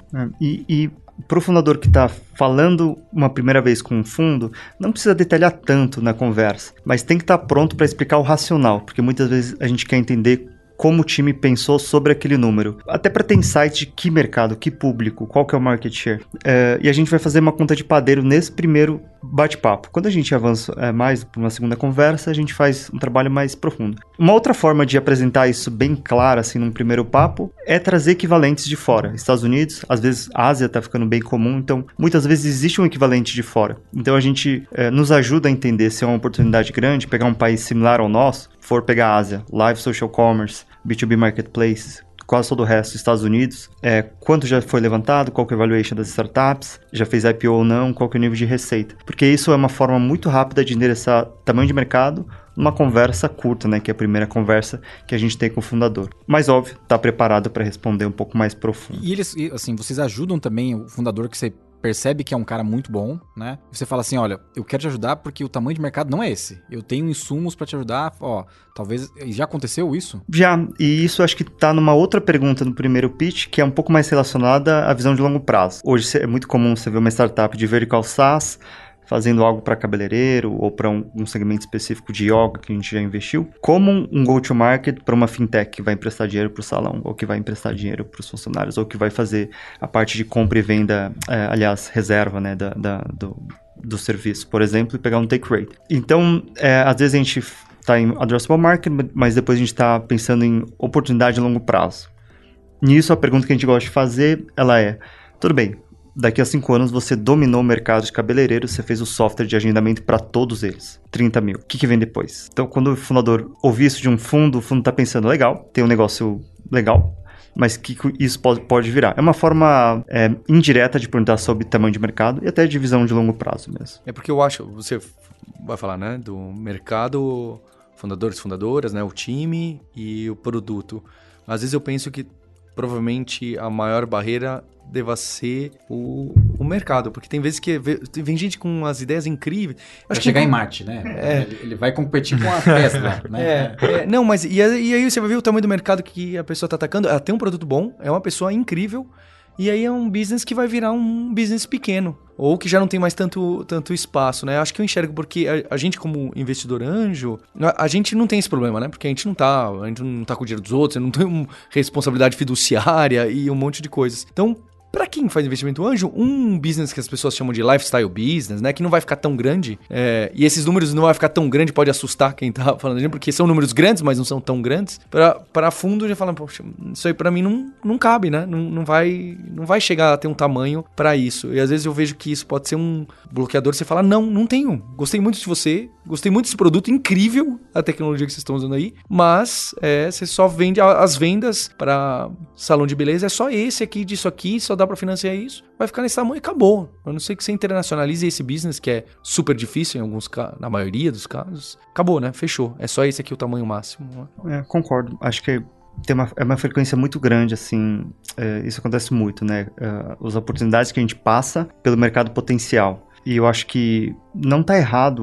S5: Para o fundador que está falando uma primeira vez com um fundo, não precisa detalhar tanto na conversa, mas tem que estar pronto para explicar o racional, porque muitas vezes a gente quer entender como o time pensou sobre aquele número. Até para ter insight de que mercado, que público, qual que é o market share. E a gente vai fazer uma conta de padeiro nesse primeiro bate-papo. Quando a gente avança mais para uma segunda conversa, a gente faz um trabalho mais profundo. Uma outra forma de apresentar isso bem claro, assim, num primeiro papo, é trazer equivalentes de fora. Estados Unidos, às vezes a Ásia está ficando bem comum, então muitas vezes existe um equivalente de fora. Então a gente nos ajuda a entender se é uma oportunidade grande, pegar um país similar ao nosso, for pegar a Ásia, Live Social Commerce, B2B Marketplaces, quase todo o resto, Estados Unidos, quanto já foi levantado, qual que é a valuation das startups, já fez IPO ou não, qual que é o nível de receita. Porque isso é uma forma muito rápida de endereçar tamanho de mercado numa conversa curta, né, que é a primeira conversa que a gente tem com o fundador. Mas, óbvio, está preparado para responder um pouco mais profundo.
S3: E eles, assim, vocês ajudam também o fundador que você percebe que é um cara muito bom, né? Você fala assim, olha, eu quero te ajudar porque o tamanho de mercado não é esse. Eu tenho insumos para te ajudar, talvez... Já aconteceu isso?
S5: Já, e isso acho que tá numa outra pergunta no primeiro pitch, que é um pouco mais relacionada à visão de longo prazo. Hoje é muito comum você ver uma startup de vertical SaaS fazendo algo para cabeleireiro ou para um segmento específico de yoga que a gente já investiu, como um go-to-market para uma fintech que vai emprestar dinheiro para o salão, ou que vai emprestar dinheiro para os funcionários, ou que vai fazer a parte de compra e venda, reserva, né, do serviço, por exemplo, e pegar um take rate. Então, às vezes a gente está em addressable market, mas depois a gente está pensando em oportunidade a longo prazo. Nisso, a pergunta que a gente gosta de fazer, ela é, tudo bem, daqui a 5 anos você dominou o mercado de cabeleireiro, você fez o software de agendamento para todos eles. 30 mil. O que vem depois? Então, quando o fundador ouvir isso de um fundo, o fundo está pensando, legal, tem um negócio legal, mas o que isso pode virar? É uma forma indireta de perguntar sobre tamanho de mercado e até de visão de longo prazo mesmo.
S2: É porque eu acho, você vai falar, né, do mercado, fundadores, fundadoras, né, o time e o produto. Às vezes eu penso que provavelmente a maior barreira deva ser o mercado, porque tem vezes que vem gente com umas ideias incríveis.
S3: Vai chegar em Marte, né? Ele vai competir com a Tesla, né?
S2: Não, mas e aí você vai ver o tamanho do mercado que a pessoa está atacando. Ela tem um produto bom, é uma pessoa incrível, e aí é um business que vai virar um business pequeno, ou que já não tem mais tanto espaço, né? Acho que eu enxergo porque a gente como investidor anjo, a gente não tem esse problema, né? Porque a gente não tá com o dinheiro dos outros, não tem responsabilidade fiduciária e um monte de coisas. Então, para quem faz investimento anjo, um business que as pessoas chamam de lifestyle business, né, que não vai ficar tão grande, e esses números não vai ficar tão grande, pode assustar quem tá falando, porque são números grandes, mas não são tão grandes, para fundo já falam, poxa, isso aí para mim não cabe, né, não vai chegar a ter um tamanho para isso, e às vezes eu vejo que isso pode ser um bloqueador, você fala, não tenho, gostei muito de você, gostei muito desse produto, incrível a tecnologia que vocês estão usando aí, mas você só vende as vendas para salão de beleza, é só esse aqui, disso aqui, só dá para financiar isso, vai ficar nesse tamanho e acabou. A não ser que você internacionalize esse business, que é super difícil na maioria dos casos. Acabou, né? Fechou. É só esse aqui o tamanho máximo.
S5: Concordo. Acho que é uma frequência muito grande, assim, isso acontece muito, né? As oportunidades que a gente passa pelo mercado potencial. E eu acho que não está errado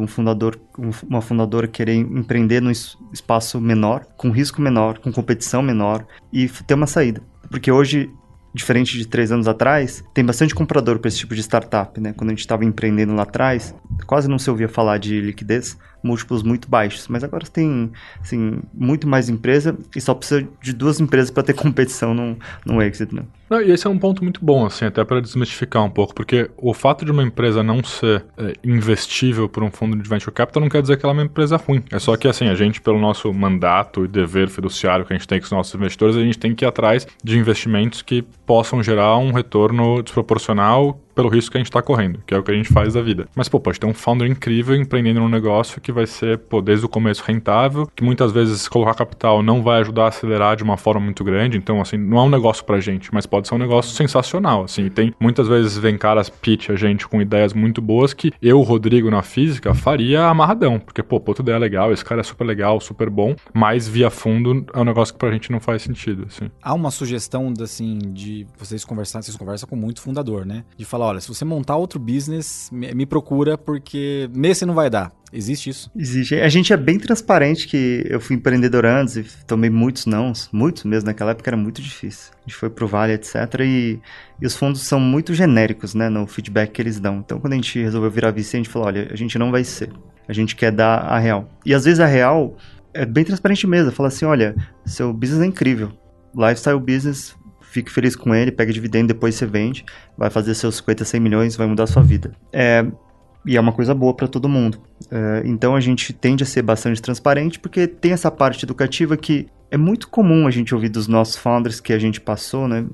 S5: uma fundadora querer empreender num espaço menor, com risco menor, com competição menor e ter uma saída. Porque hoje, diferente de 3 anos atrás, tem bastante comprador para esse tipo de startup, né? Quando a gente estava empreendendo lá atrás, quase não se ouvia falar de liquidez. múltiplos muito baixos. Mas agora tem, assim, muito mais empresa e só precisa de 2 empresas para ter competição num exit, né?
S6: Não, e esse é um ponto muito bom, assim, até para desmistificar um pouco, porque o fato de uma empresa não ser investível por um fundo de venture capital não quer dizer que ela é uma empresa ruim. É só que, assim, a gente, pelo nosso mandato e dever fiduciário que a gente tem com os nossos investidores, a gente tem que ir atrás de investimentos que possam gerar um retorno desproporcional pelo risco que a gente está correndo, que é o que a gente faz da vida. Mas, pode ter um founder incrível empreendendo num negócio que vai ser, desde o começo rentável, que muitas vezes colocar capital não vai ajudar a acelerar de uma forma muito grande, então, assim, não é um negócio pra gente, mas pode ser um negócio sensacional, assim, tem, muitas vezes vem caras pitch a gente com ideias muito boas que eu, Rodrigo, na física, faria amarradão, porque, outra ideia legal, esse cara é super legal, super bom, mas via fundo é um negócio que pra gente não faz sentido, assim.
S3: Há uma sugestão, assim, de vocês conversam com muito fundador, né? De falar, olha, se você montar outro business, me procura, porque nesse não vai dar. Existe isso?
S5: Existe. A gente é bem transparente, que eu fui empreendedor antes e tomei muitos mesmo, naquela época era muito difícil. A gente foi pro Vale, etc. E os fundos são muito genéricos, né, no feedback que eles dão. Então, quando a gente resolveu virar VC, a gente falou, olha, a gente não vai ser. A gente quer dar a real. E às vezes a real é bem transparente mesmo. Fala assim, olha, seu business é incrível. Lifestyle business, fique feliz com ele, pega dividendo, depois você vende, vai fazer seus 50, 100 milhões, vai mudar a sua vida. E é uma coisa boa para todo mundo. Então a gente tende a ser bastante transparente, porque tem essa parte educativa que é muito comum a gente ouvir dos nossos founders que a gente passou, né?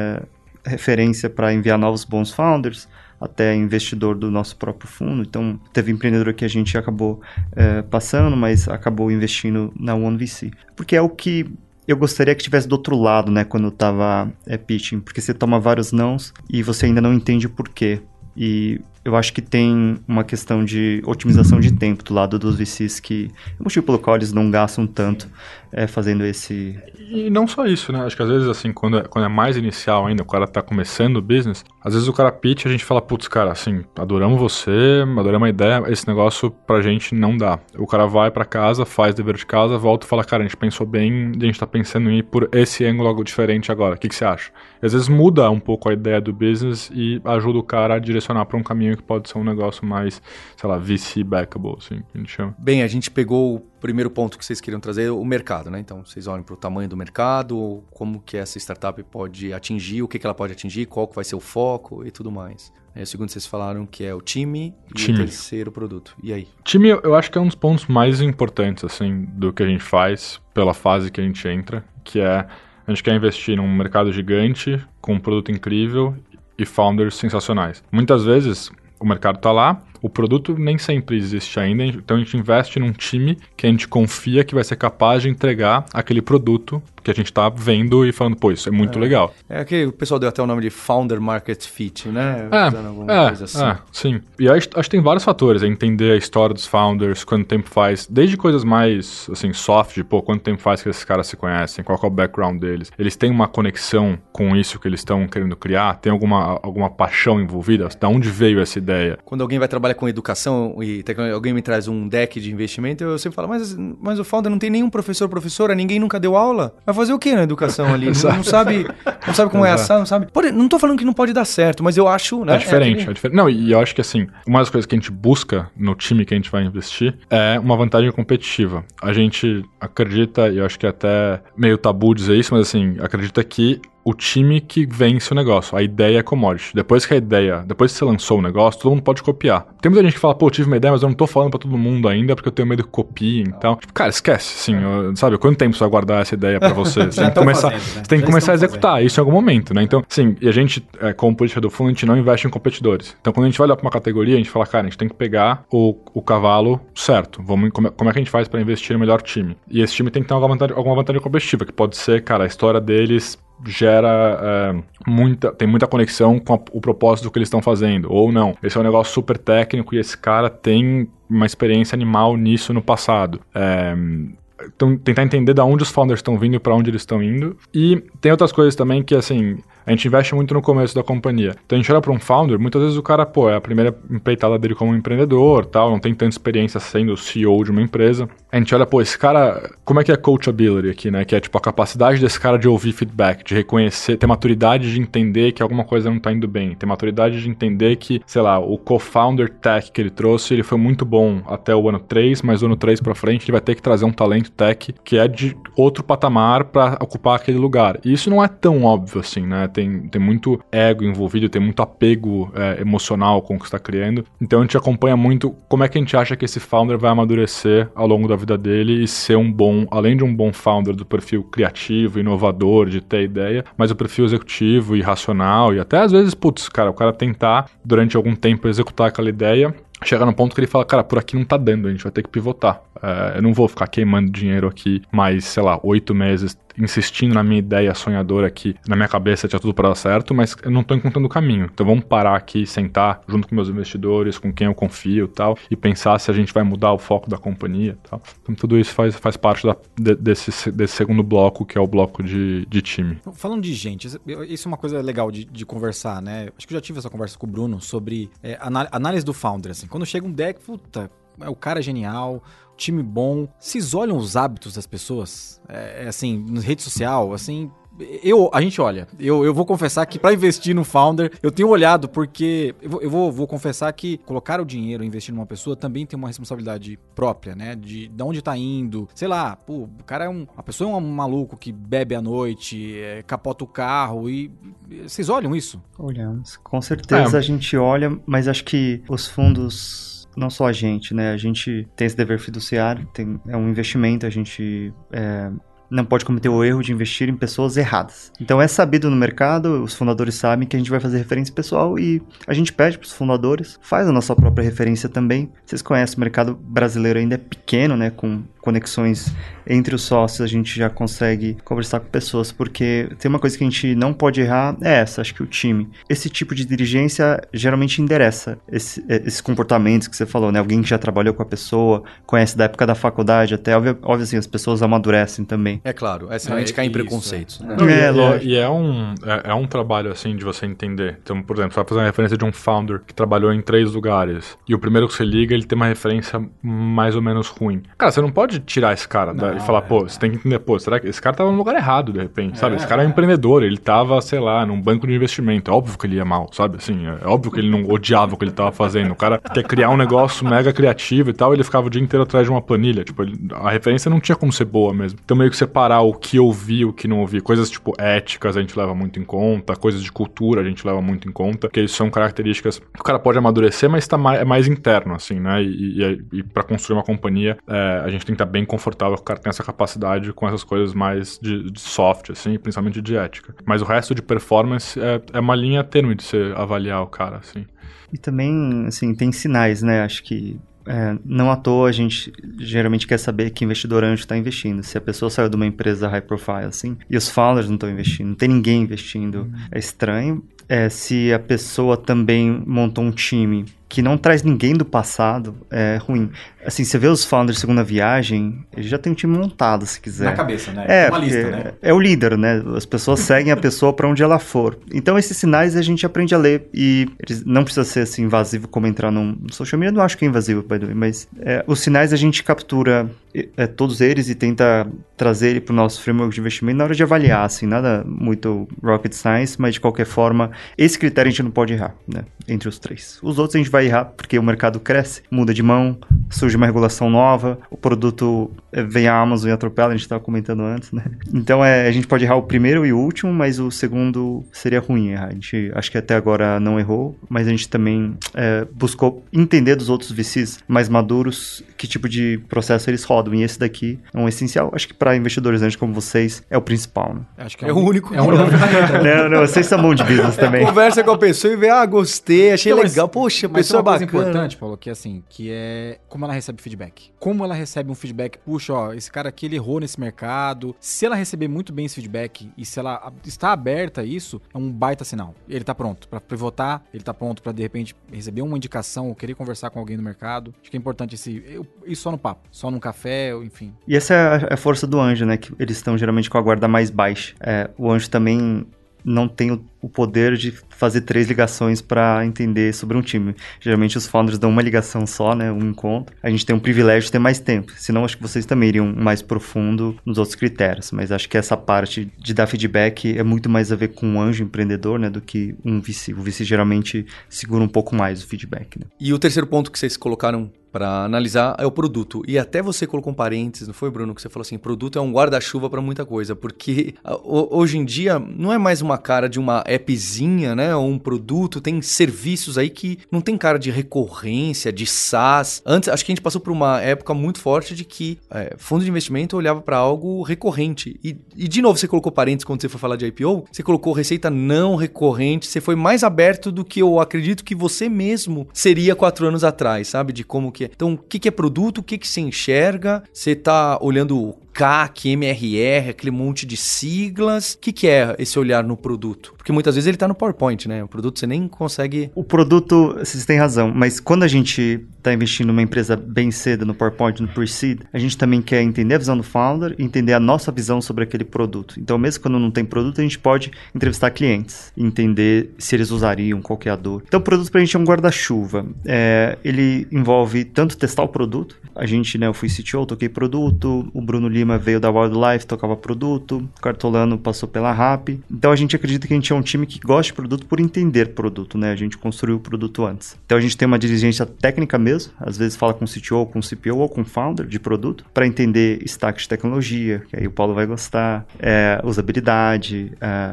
S5: Referência para enviar novos bons founders, até investidor do nosso próprio fundo. Então teve empreendedor que a gente acabou passando, mas acabou investindo na OneVC. Porque é o que eu gostaria que estivesse do outro lado, né, quando eu tava pitching, porque você toma vários nãos e você ainda não entende o porquê. E eu acho que tem uma questão de otimização de tempo do lado dos VCs, que é o motivo pelo qual eles não gastam tanto fazendo esse...
S6: E não só isso, né? Acho que às vezes, assim, quando é mais inicial ainda, o cara tá começando o business, às vezes o cara pitch e a gente fala, putz, cara, assim, adoramos você, adoramos a ideia, esse negócio pra gente não dá. O cara vai pra casa, faz dever de casa, volta e fala, cara, a gente pensou bem, a gente tá pensando em ir por esse ângulo algo diferente agora, o que você acha? E às vezes muda um pouco a ideia do business e ajuda o cara a direcionar pra um caminho que pode ser um negócio mais, sei lá, VC-backable, assim, que a gente chama.
S2: Bem, a gente pegou o primeiro ponto que vocês queriam trazer, o mercado, né? Então, vocês olham para o tamanho do mercado, como que essa startup pode atingir, o que ela pode atingir, qual que vai ser o foco e tudo mais. O segundo, vocês falaram que é o time e o terceiro produto. E aí?
S6: Time, eu acho que é um dos pontos mais importantes, assim, do que a gente faz pela fase que a gente entra, que é a gente quer investir num mercado gigante, com um produto incrível e founders sensacionais. Muitas vezes o mercado tá lá, o produto nem sempre existe ainda, então a gente investe num time que a gente confia que vai ser capaz de entregar aquele produto que a gente tá vendo e falando, pô, isso é muito legal.
S2: É que o pessoal deu até o nome de Founder Market Fit, né? Coisa assim.
S6: Sim. E acho que tem vários fatores, entender a história dos founders, quanto tempo faz, desde coisas mais, assim, soft, quanto tempo faz que esses caras se conhecem, qual que é o background deles. Eles têm uma conexão com isso que eles estão querendo criar? Tem alguma paixão envolvida? Da onde veio essa ideia?
S2: Quando alguém vai trabalhar com educação e alguém me traz um deck de investimento, eu sempre falo, mas o founder não tem nenhum professora, ninguém nunca deu aula? Vai fazer o que na educação ali? não sabe como é assar, não sabe. Não tô falando que não pode dar certo, mas eu acho, né?
S6: É diferente. Não, e eu acho que assim, uma das coisas que a gente busca no time que a gente vai investir é uma vantagem competitiva. A gente acredita, e eu acho que é até meio tabu dizer isso, mas assim, acredita que o time que vence o negócio. A ideia é commodity. Depois que você lançou o negócio, todo mundo pode copiar. Tem muita gente que fala, pô, eu tive uma ideia, mas eu não tô falando pra todo mundo ainda, porque eu tenho medo que copiem e tal. Tipo, cara, esquece, assim, sabe? Quanto tempo você vai guardar essa ideia pra você? Você tem que começar a executar isso em algum momento, né? Então, sim, e a gente, como política do fundo, a gente não investe em competidores. Então, quando a gente vai olhar pra uma categoria, a gente fala, cara, a gente tem que pegar o cavalo certo. Como é que a gente faz pra investir no melhor time? E esse time tem que ter alguma vantagem competitiva, que pode ser, cara, a história deles tem muita conexão com o propósito do que eles estão fazendo, ou não. Esse é um negócio super técnico e esse cara tem uma experiência animal nisso no passado. Então, tentar entender de onde os founders estão vindo e para onde eles estão indo. E tem outras coisas também que, assim, A gente investe muito no começo da companhia. Então a gente olha para um founder, muitas vezes o cara, é a primeira empreitada dele como empreendedor, tal, não tem tanta experiência sendo o CEO de uma empresa. A gente olha, esse cara, como é que é coachability aqui, né? Que é tipo a capacidade desse cara de ouvir feedback, de reconhecer, ter maturidade de entender que alguma coisa não tá indo bem, ter maturidade de entender que, sei lá, o co-founder tech que ele trouxe, ele foi muito bom até o ano 3, mas o ano 3 pra frente ele vai ter que trazer um talento tech que é de outro patamar para ocupar aquele lugar. E isso não é tão óbvio assim, né? Tem muito ego envolvido, tem muito apego emocional com o que está criando. Então a gente acompanha muito como é que a gente acha que esse founder vai amadurecer ao longo da vida dele e ser um bom, além de um bom founder do perfil criativo, inovador, de ter ideia, mas o perfil executivo e racional e até às vezes, o cara tentar durante algum tempo executar aquela ideia, chega no ponto que ele fala, cara, por aqui não tá dando, a gente vai ter que pivotar. Eu não vou ficar queimando dinheiro aqui mais, sei lá, 8 meses insistindo na minha ideia sonhadora que na minha cabeça tinha tudo para dar certo, mas eu não tô encontrando o caminho. Então vamos parar aqui, sentar junto com meus investidores, com quem eu confio e tal, e pensar se a gente vai mudar o foco da companhia e tal. Então tudo isso faz parte desse segundo bloco, que é o bloco de time.
S3: Falando de gente, isso é uma coisa legal de conversar, né? Acho que eu já tive essa conversa com o Bruno sobre análise do founder, assim. Quando chega um deck, o cara é genial, time bom. Vocês olham os hábitos das pessoas? Assim, na rede social, assim... A gente olha. Eu vou confessar que para investir no founder, eu tenho olhado porque... Eu vou confessar que colocar o dinheiro e investir numa pessoa também tem uma responsabilidade própria, né? De onde tá indo. Sei lá, o cara a pessoa é um maluco que bebe à noite, capota o carro e... Vocês olham isso?
S5: Olhamos. Com certeza a gente olha, mas acho que os fundos... Não só a gente, né? A gente tem esse dever fiduciário, é um investimento, a gente não pode cometer o erro de investir em pessoas erradas. Então é sabido no mercado, os fundadores sabem que a gente vai fazer referência pessoal e a gente pede para os fundadores, faz a nossa própria referência também. Vocês conhecem, o mercado brasileiro ainda é pequeno, né? Com conexões entre os sócios, a gente já consegue conversar com pessoas, porque tem uma coisa que a gente não pode errar, acho que o time. Esse tipo de dirigência geralmente endereça esses comportamentos que você falou, né? Alguém que já trabalhou com a pessoa, conhece da época da faculdade, até, óbvio assim, as pessoas amadurecem também.
S2: É claro, senão a gente cai em preconceitos. Né?
S6: E é um trabalho, assim, de você entender. Então, por exemplo, você vai fazer uma referência de um founder que trabalhou em 3 lugares, e o primeiro que você liga, ele tem uma referência mais ou menos ruim. Cara, você não pode tirar esse cara e falar, você tem que entender, será que esse cara tava no lugar errado, de repente, sabe? Esse cara é um empreendedor, ele tava, sei lá, num banco de investimento. É óbvio que ele ia mal, sabe? Assim, é óbvio que ele não odiava o que ele tava fazendo. O cara quer criar um negócio mega criativo e tal, ele ficava o dia inteiro atrás de uma planilha. Tipo, a referência não tinha como ser boa mesmo. Então, meio que separar o que ouvir e o que não ouvir. Coisas, tipo, éticas a gente leva muito em conta, coisas de cultura a gente leva muito em conta, porque isso são características que o cara pode amadurecer, mas é mais interno, assim, né? E pra construir uma companhia, a gente tem que estar bem confortável que o cara tem essa capacidade com essas coisas mais de soft, assim, principalmente de ética. Mas o resto de performance é uma linha tênue de você avaliar o cara, assim.
S5: E também, assim, tem sinais, né? Acho que não à toa a gente geralmente quer saber que investidor anjo está investindo. Se a pessoa saiu de uma empresa high profile, assim, e os founders não estão investindo, não tem ninguém investindo, é estranho. Se a pessoa também montou um time que não traz ninguém do passado, é ruim. Assim, você vê os founders segunda viagem, ele já tem um time montado, se quiser.
S3: Na cabeça, né? É uma lista, né?
S5: É o líder, né? As pessoas seguem a pessoa para onde ela for. Então, esses sinais a gente aprende a ler e eles não precisa ser assim invasivo como entrar num social media. Eu não acho que é invasivo, by the way, mas os sinais a gente captura todos eles e tenta trazer ele para o nosso framework de investimento na hora de avaliar, assim, nada muito rocket science, mas de qualquer forma, esse critério a gente não pode errar, né? Entre os 3. Os outros a gente vai errar porque o mercado cresce, muda de mão, surge uma regulação nova, o produto vem a Amazon e atropela, a gente estava comentando antes, né? Então a gente pode errar o primeiro e o último, mas o segundo seria ruim errar. A gente acho que até agora não errou, mas a gente também buscou entender dos outros VCs mais maduros que tipo de processo eles rodam, e esse daqui é um essencial. Acho que para investidores antes como vocês é o principal, né?
S2: Acho que é o único.
S5: Não, vocês são bom de business também.
S2: Conversa com a pessoa e vê, gostei, achei legal, poxa, a pessoa é bacana.
S3: Mas uma coisa importante, Paulo, que é assim, que é como ela recebe feedback. Como ela recebe um feedback, puxa, esse cara aqui, ele errou nesse mercado. Se ela receber muito bem esse feedback e se ela está aberta a isso, é um baita sinal. Ele tá pronto pra pivotar, ele tá pronto pra, de repente, receber uma indicação ou querer conversar com alguém no mercado. Acho que é importante isso só no papo, só num café, enfim.
S5: E essa é a força do anjo, né? Que eles estão geralmente com a guarda mais baixa. O anjo também não tem o poder de fazer 3 ligações para entender sobre um time. Geralmente os founders dão uma ligação só, né, um encontro. A gente tem um privilégio de ter mais tempo, senão acho que vocês também iriam mais profundo nos outros critérios, mas acho que essa parte de dar feedback é muito mais a ver com um anjo empreendedor, né, do que um VC. O VC geralmente segura um pouco mais o feedback, né?
S2: E o terceiro ponto que vocês colocaram para analisar é o produto. E até você colocou um parênteses, não foi, Bruno? Que você falou assim, produto é um guarda-chuva para muita coisa, porque hoje em dia não é mais uma cara de uma appzinha, né, ou um produto, tem serviços aí que não tem cara de recorrência, de SaaS. Antes, acho que a gente passou por uma época muito forte de que fundo de investimento olhava para algo recorrente. E de novo, você colocou parênteses quando você foi falar de IPO, você colocou receita não recorrente, você foi mais aberto do que eu acredito que você mesmo seria 4 anos atrás, sabe? De como que é. Então, o que é produto? O que você enxerga? Você tá olhando CAC, MRR, aquele monte de siglas. O que é esse olhar no produto? Porque muitas vezes ele tá no PowerPoint, né? O produto você nem consegue...
S5: O produto, vocês têm razão, mas quando a gente tá investindo numa empresa bem cedo no PowerPoint, no Pre-Seed, a gente também quer entender a visão do founder e entender a nossa visão sobre aquele produto. Então, mesmo quando não tem produto, a gente pode entrevistar clientes, entender se eles usariam, qual que é a dor. Então, o produto pra gente é um guarda-chuva. Ele envolve tanto testar o produto, a gente, né, eu fui CTO, toquei produto, o Bruno Lima veio da Wildlife, tocava produto, o Cartolano passou pela RAP. Então, a gente acredita que a gente é um time que gosta de produto por entender produto, né? A gente construiu o produto antes. Então, a gente tem uma diligência técnica mesmo, às vezes fala com o CTO, com o CPO ou com o founder de produto, para entender stack de tecnologia, que aí o Paulo vai gostar, usabilidade,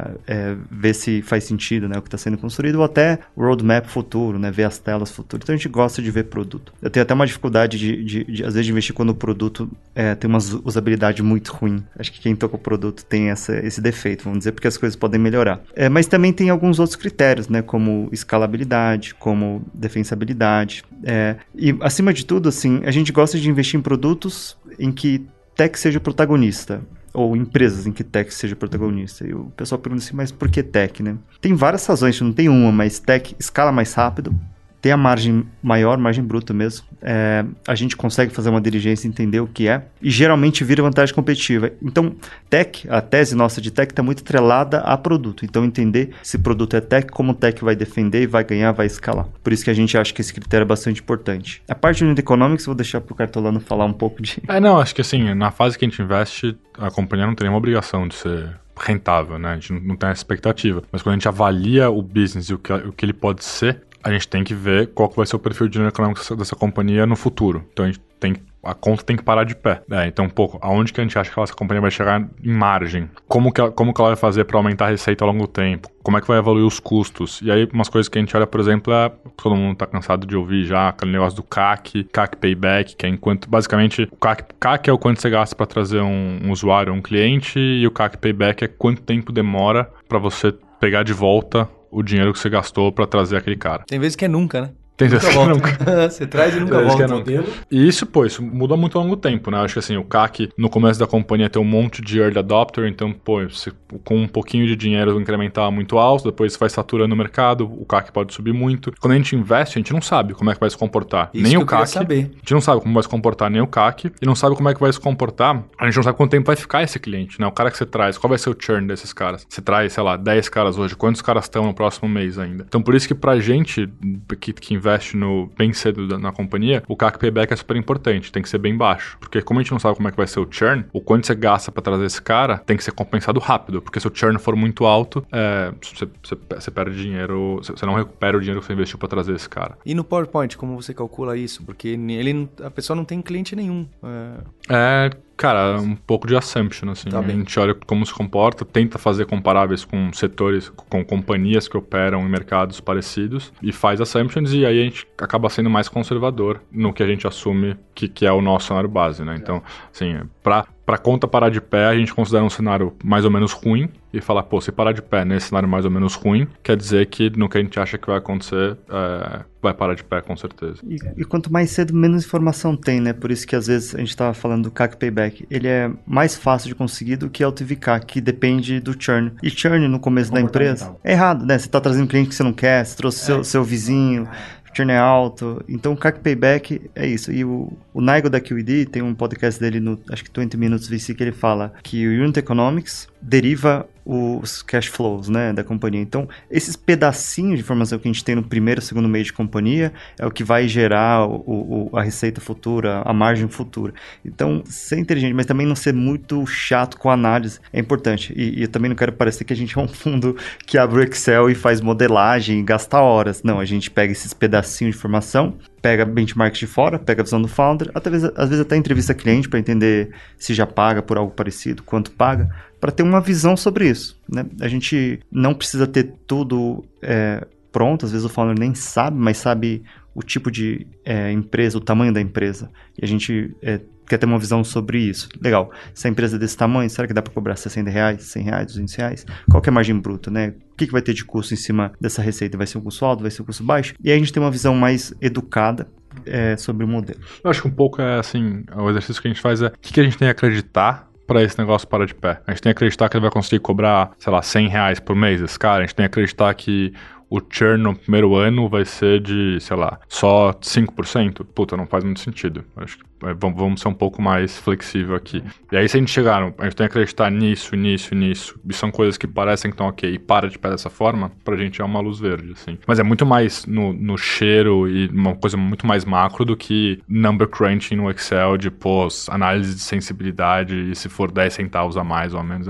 S5: ver se faz sentido, né, o que está sendo construído, ou até roadmap futuro, né, ver as telas futuro. Então, a gente gosta de ver produto. Eu tenho até uma dificuldade às vezes, de investir quando o produto tem uma usabilidade muito ruim. Acho que quem toca o produto tem esse defeito, vamos dizer, porque as coisas podem melhorar. Mas também tem alguns outros critérios, né, como escalabilidade, como defensibilidade. E, acima de tudo, assim, a gente gosta de investir em produtos em que tech seja o protagonista, ou empresas em que tech seja protagonista. E o pessoal pergunta assim, mas por que tech, né? Tem várias razões, não tem uma, mas tech escala mais rápido, tem a margem maior, margem bruta mesmo. A gente consegue fazer uma diligência, entender o que é, e geralmente vira vantagem competitiva. Então, tech, a tese nossa de tech está muito atrelada a produto. Então, entender se produto é tech, como o tech vai defender e vai ganhar, vai escalar. Por isso que a gente acha que esse critério é bastante importante. A parte de Unit Economics, eu vou deixar para o Cartolano falar um pouco de...
S6: Não, acho que assim, na fase que a gente investe, a companhia não tem nenhuma obrigação de ser rentável, né? A gente não tem essa expectativa. Mas quando a gente avalia o business e o que ele pode ser, a gente tem que ver qual que vai ser o perfil de econômico dessa companhia no futuro. Então a conta tem que parar de pé. Então, um pouco, aonde que a gente acha que essa companhia vai chegar em margem? Como que ela vai fazer para aumentar a receita ao longo do tempo? Como é que vai evoluir os custos? E aí, umas coisas que a gente olha, por exemplo, todo mundo tá cansado de ouvir já, aquele negócio do CAC Payback, que é enquanto, basicamente, o CAC é o quanto você gasta para trazer um usuário, um cliente, e o CAC Payback é quanto tempo demora para você pegar de volta o dinheiro que você gastou pra trazer aquele cara.
S2: Tem vezes que é nunca, né?
S6: Tem vezes que nunca.
S2: Você traz e nunca volta.
S6: E isso muda muito ao longo do tempo, né? Acho que assim, o CAC no começo da companhia tem um monte de early adopter, então, você, com um pouquinho de dinheiro incrementar muito alto, depois você vai saturando o mercado, o CAC pode subir muito. Quando a gente investe, a gente não sabe como é que vai se comportar.
S2: Isso
S6: nem
S2: que
S6: o CAC.
S2: Saber.
S6: A gente não sabe como vai se comportar nem o CAC, e não sabe como é que vai se comportar. A gente não sabe quanto tempo vai ficar esse cliente, né? O cara que você traz, qual vai ser o churn desses caras? Você traz, sei lá, 10 caras hoje, quantos caras estão no próximo mês ainda? Então, por isso que pra gente que investe bem cedo na companhia, o CAC Payback é super importante, tem que ser bem baixo, porque como a gente não sabe como é que vai ser o churn, o quanto você gasta para trazer esse cara tem que ser compensado rápido, porque se o churn for muito alto, você perde dinheiro, você não recupera o dinheiro que você investiu para trazer esse cara.
S2: E no PowerPoint, como você calcula isso? Porque a pessoa não tem cliente nenhum.
S6: Cara, um pouco de assumption, assim.
S2: Tá
S6: a gente olha como se comporta, tenta fazer comparáveis com setores, com companhias que operam em mercados parecidos e faz assumptions, e aí a gente acaba sendo mais conservador no que a gente assume que é o nosso cenário base, né? Então, assim, pra conta parar de pé, a gente considera um cenário mais ou menos ruim e falar, se parar de pé nesse cenário mais ou menos ruim, quer dizer que no que a gente acha que vai acontecer, vai parar de pé com certeza.
S5: E quanto mais cedo, menos informação tem, né? Por isso que às vezes a gente tava falando do CAC Payback. Ele é mais fácil de conseguir do que LTV CAC, que depende do churn. E churn no começo da empresa é errado, né? Você tá trazendo cliente que você não quer, você trouxe seu vizinho, churn é alto. Então o CAC Payback é isso. E o Nigel da QED tem um podcast dele no, acho que 20 Minutes VC, que ele fala que o Unit Economics deriva os cash flows, né, da companhia. Então, esses pedacinhos de informação que a gente tem no primeiro, segundo mês de companhia é o que vai gerar a receita futura, a margem futura. Então, ser inteligente, mas também não ser muito chato com a análise é importante. E eu também não quero parecer que a gente é um fundo que abre o Excel e faz modelagem e gasta horas. Não, a gente pega esses pedacinhos de informação, pega benchmark de fora, pega a visão do founder, às vezes até entrevista cliente para entender se já paga por algo parecido, quanto paga, para ter uma visão sobre isso, né? A gente não precisa ter tudo pronto, às vezes o founder nem sabe, mas sabe o tipo de empresa, o tamanho da empresa, e a gente quer ter uma visão sobre isso. Legal, se a empresa é desse tamanho, será que dá para cobrar R$60, R$100, R$200? Qual que é a margem bruta, né? O que vai ter de custo em cima dessa receita? Vai ser um custo alto? Vai ser um custo baixo? E aí a gente tem uma visão mais educada sobre o modelo.
S6: Eu acho que um pouco assim, o exercício que a gente faz é o que a gente tem que acreditar para esse negócio parar de pé. A gente tem que acreditar que ele vai conseguir cobrar, sei lá, R$100 por mês esse cara. A gente tem que acreditar que o churn no primeiro ano vai ser de, sei lá, só 5%. Puta, não faz muito sentido. Acho que vamos ser um pouco mais flexível aqui. E aí, se a gente chegar, a gente tem que acreditar nisso, e são coisas que parecem que estão ok, e para de pé dessa forma, pra gente é uma luz verde, assim. Mas é muito mais no cheiro e uma coisa muito mais macro do que number crunching no Excel de, análise de sensibilidade e se for 10 centavos a mais ou a menos,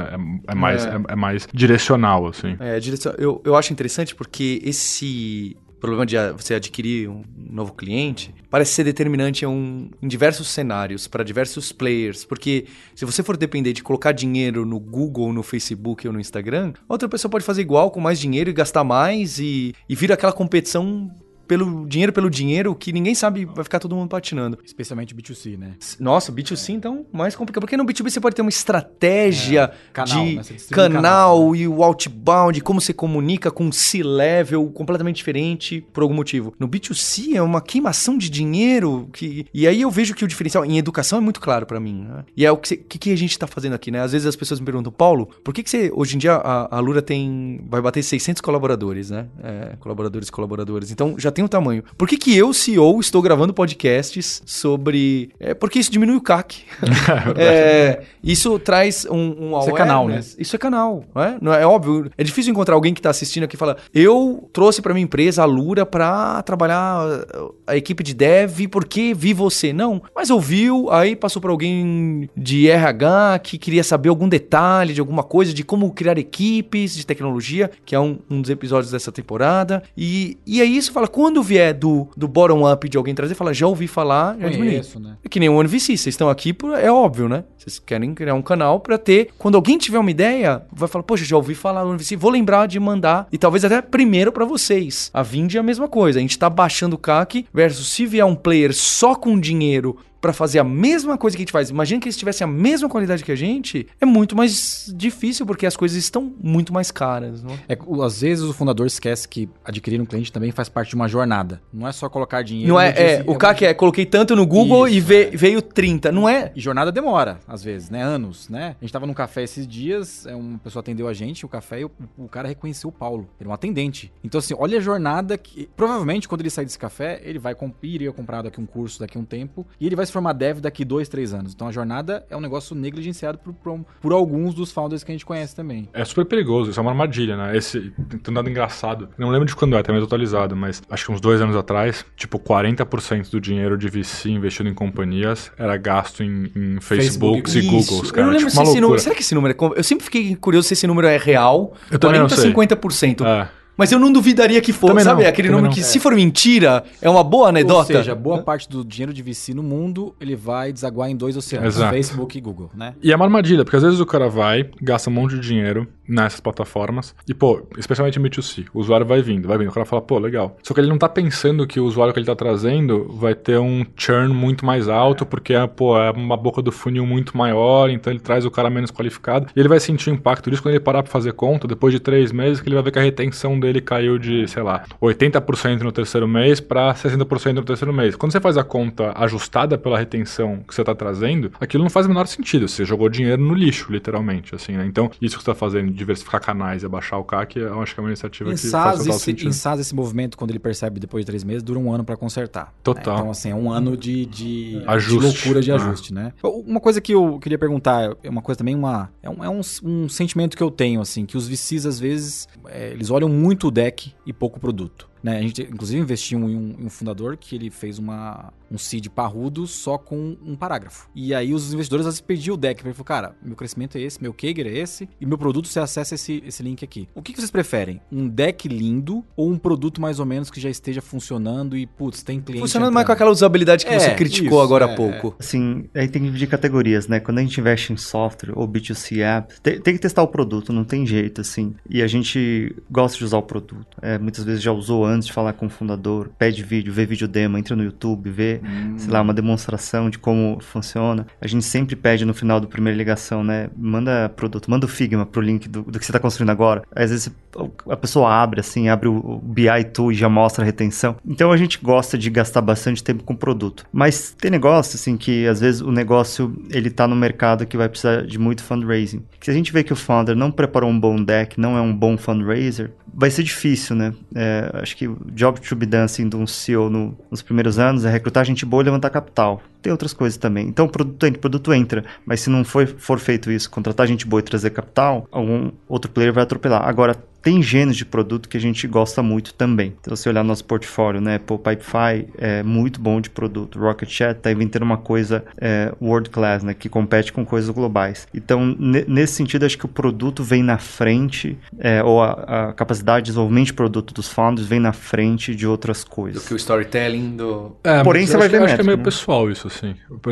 S6: é mais direcional, assim.
S2: Eu acho interessante porque esse problema de você adquirir um novo cliente parece ser determinante em diversos cenários, para diversos players, porque se você for depender de colocar dinheiro no Google, no Facebook ou no Instagram, outra pessoa pode fazer igual com mais dinheiro e gastar mais e vira aquela competição pelo dinheiro, que ninguém sabe, vai ficar todo mundo patinando.
S3: Especialmente B2C, né?
S2: Nossa, B2C então mais complicado, porque no B2B você pode ter uma estratégia de
S3: canal,
S2: e o outbound, como você comunica com C-level completamente diferente por algum motivo. No B2C é uma queimação de dinheiro e aí eu vejo que o diferencial em educação é muito claro pra mim, né? E é o que a gente tá fazendo aqui, né? Às vezes as pessoas me perguntam, Paulo, por que você, hoje em dia a Alura vai bater 600 colaboradores, né? Colaboradores. Então já tem um tamanho. Por que eu, CEO, estou gravando podcasts sobre... porque isso diminui o CAC. Isso traz um awareness.
S3: Isso é canal, né?
S2: Isso é canal. Não é óbvio. É difícil encontrar alguém que está assistindo aqui e fala, eu trouxe para minha empresa a Alura para trabalhar a equipe de dev porque vi você. Não. Mas ouviu, aí passou para alguém de RH que queria saber algum detalhe de alguma coisa, de como criar equipes de tecnologia, que é um dos episódios dessa temporada. E aí isso fala, quando vier do bottom-up de alguém trazer, fala, já ouvi falar, já diminui.
S3: Né?
S2: É que nem o OneVC, vocês estão aqui, é óbvio, né? Vocês querem criar um canal pra ter, quando alguém tiver uma ideia, vai falar, poxa, já ouvi falar do OneVC, vou lembrar de mandar, e talvez até primeiro pra vocês. A Vind é a mesma coisa, a gente tá baixando o CAC, versus se vier um player só com dinheiro para fazer a mesma coisa que a gente faz. Imagina que eles tivessem a mesma qualidade que a gente, é muito mais difícil, porque as coisas estão muito mais caras. Não?
S3: Às vezes o fundador esquece que adquirir um cliente também faz parte de uma jornada. Não é só colocar dinheiro...
S2: Não o CAC coloquei tanto no Google e veio 30, não é?
S3: E jornada demora, às vezes, né? Anos, né? A gente tava num café esses dias, uma pessoa atendeu a gente, o café, e o cara reconheceu o Paulo. Ele é um atendente. Então, assim, olha a jornada que... Provavelmente, quando ele sair desse café, ele iria comprar daqui um curso, daqui um tempo, e ele vai se formar dev daqui 2, 3 anos. Então a jornada é um negócio negligenciado por alguns dos founders que a gente conhece também.
S6: É super perigoso, isso é uma armadilha, né? Tem um dado engraçado. Não lembro de quando tá meio atualizado, mas acho que uns 2 anos atrás, tipo 40% do dinheiro de VC investido em companhias era gasto em Facebooks e Googles, cara.
S2: Eu não lembro
S6: tipo,
S2: se esse número... Será que esse número é... Eu sempre fiquei curioso se esse número é real.
S6: Eu também não sei.
S2: 50%. Mas eu não duvidaria que fosse, sabe? Aquele número que, se for mentira, é uma boa anedota.
S3: Ou seja, boa parte do dinheiro de VC no mundo, ele vai desaguar em 2 oceanos.
S6: Exato.
S3: Facebook e Google, né?
S6: E é uma armadilha, porque às vezes o cara vai, gasta um monte de dinheiro nessas plataformas e, especialmente em B2C, o usuário vai vindo. O cara fala, legal. Só que ele não tá pensando que o usuário que ele tá trazendo vai ter um churn muito mais alto, porque é uma boca do funil muito maior, então ele traz o cara menos qualificado. E ele vai sentir o impacto disso quando ele parar pra fazer conta, depois de 3 meses, que ele vai ver que a retenção dele caiu de, sei lá, 80% no terceiro mês para 60% no terceiro mês. Quando você faz a conta ajustada pela retenção que você está trazendo, aquilo não faz o menor sentido. Você jogou dinheiro no lixo, literalmente, assim, né? Então, isso que você está fazendo diversificar canais e abaixar o CAC, eu acho que é uma iniciativa
S3: Em
S6: que faz total
S3: SaaS,
S6: sentido.
S3: em SaaS, esse movimento, quando ele percebe depois de 3 meses, dura 1 ano para consertar.
S6: Total.
S3: Né? Então, assim, é 1 ano de
S6: Ajuste.
S3: loucura de ajuste, né? Uma coisa que eu queria perguntar, é uma coisa também, um sentimento que eu tenho, assim, que os VCs, às vezes, eles olham muito o deck e pouco o produto. Né? A gente, inclusive, investiu em um fundador que ele fez um seed parrudo só com um parágrafo. E aí os investidores às vezes pediam o deck. Ele falou, cara, meu crescimento é esse, meu Kager é esse, e meu produto você acessa esse link aqui. O que vocês preferem? Um deck lindo ou um produto mais ou menos que já esteja funcionando e, putz, tem cliente
S2: Funcionando
S3: entrando?
S2: mais com aquela usabilidade que você criticou
S3: isso,
S2: agora há pouco.
S5: Assim, aí tem que dividir categorias, né? Quando a gente investe em software ou B2C app, tem que testar o produto, não tem jeito, assim. E a gente gosta de usar o produto. Muitas vezes já usou antes de falar com o fundador, pede vídeo, vê vídeo demo, entra no YouTube, vê, sei lá, uma demonstração de como funciona. A gente sempre pede no final da primeira ligação, né? Manda produto, manda o Figma pro link do que você tá construindo agora. Às vezes a pessoa abre o BI Tool e já mostra a retenção. Então a gente gosta de gastar bastante tempo com o produto. Mas tem negócio, assim, que às vezes o negócio, ele tá no mercado que vai precisar de muito fundraising. Se a gente vê que o founder não preparou um bom deck, não é um bom fundraiser, vai ser difícil, né? Acho que o job to be done, assim, de um CEO nos primeiros anos é recrutar gente boa e levantar capital. Tem outras coisas também. Então o produto entra, mas se não for feito isso, contratar gente boa e trazer capital, algum outro player vai atropelar. Agora, tem gêneros de produto que a gente gosta muito também. Então, se você olhar nosso portfólio, né? Pô, Pipefy é muito bom de produto. Rocket Chat tá inventando uma coisa world class, né? Que compete com coisas globais. Então, nesse sentido, acho que o produto vem na frente, ou a capacidade de desenvolvimento de produto dos founders vem na frente de outras coisas.
S2: Do que o storytelling do...
S5: Porém, você vai ver
S6: acho que é meio
S5: né?
S6: pessoal isso, assim.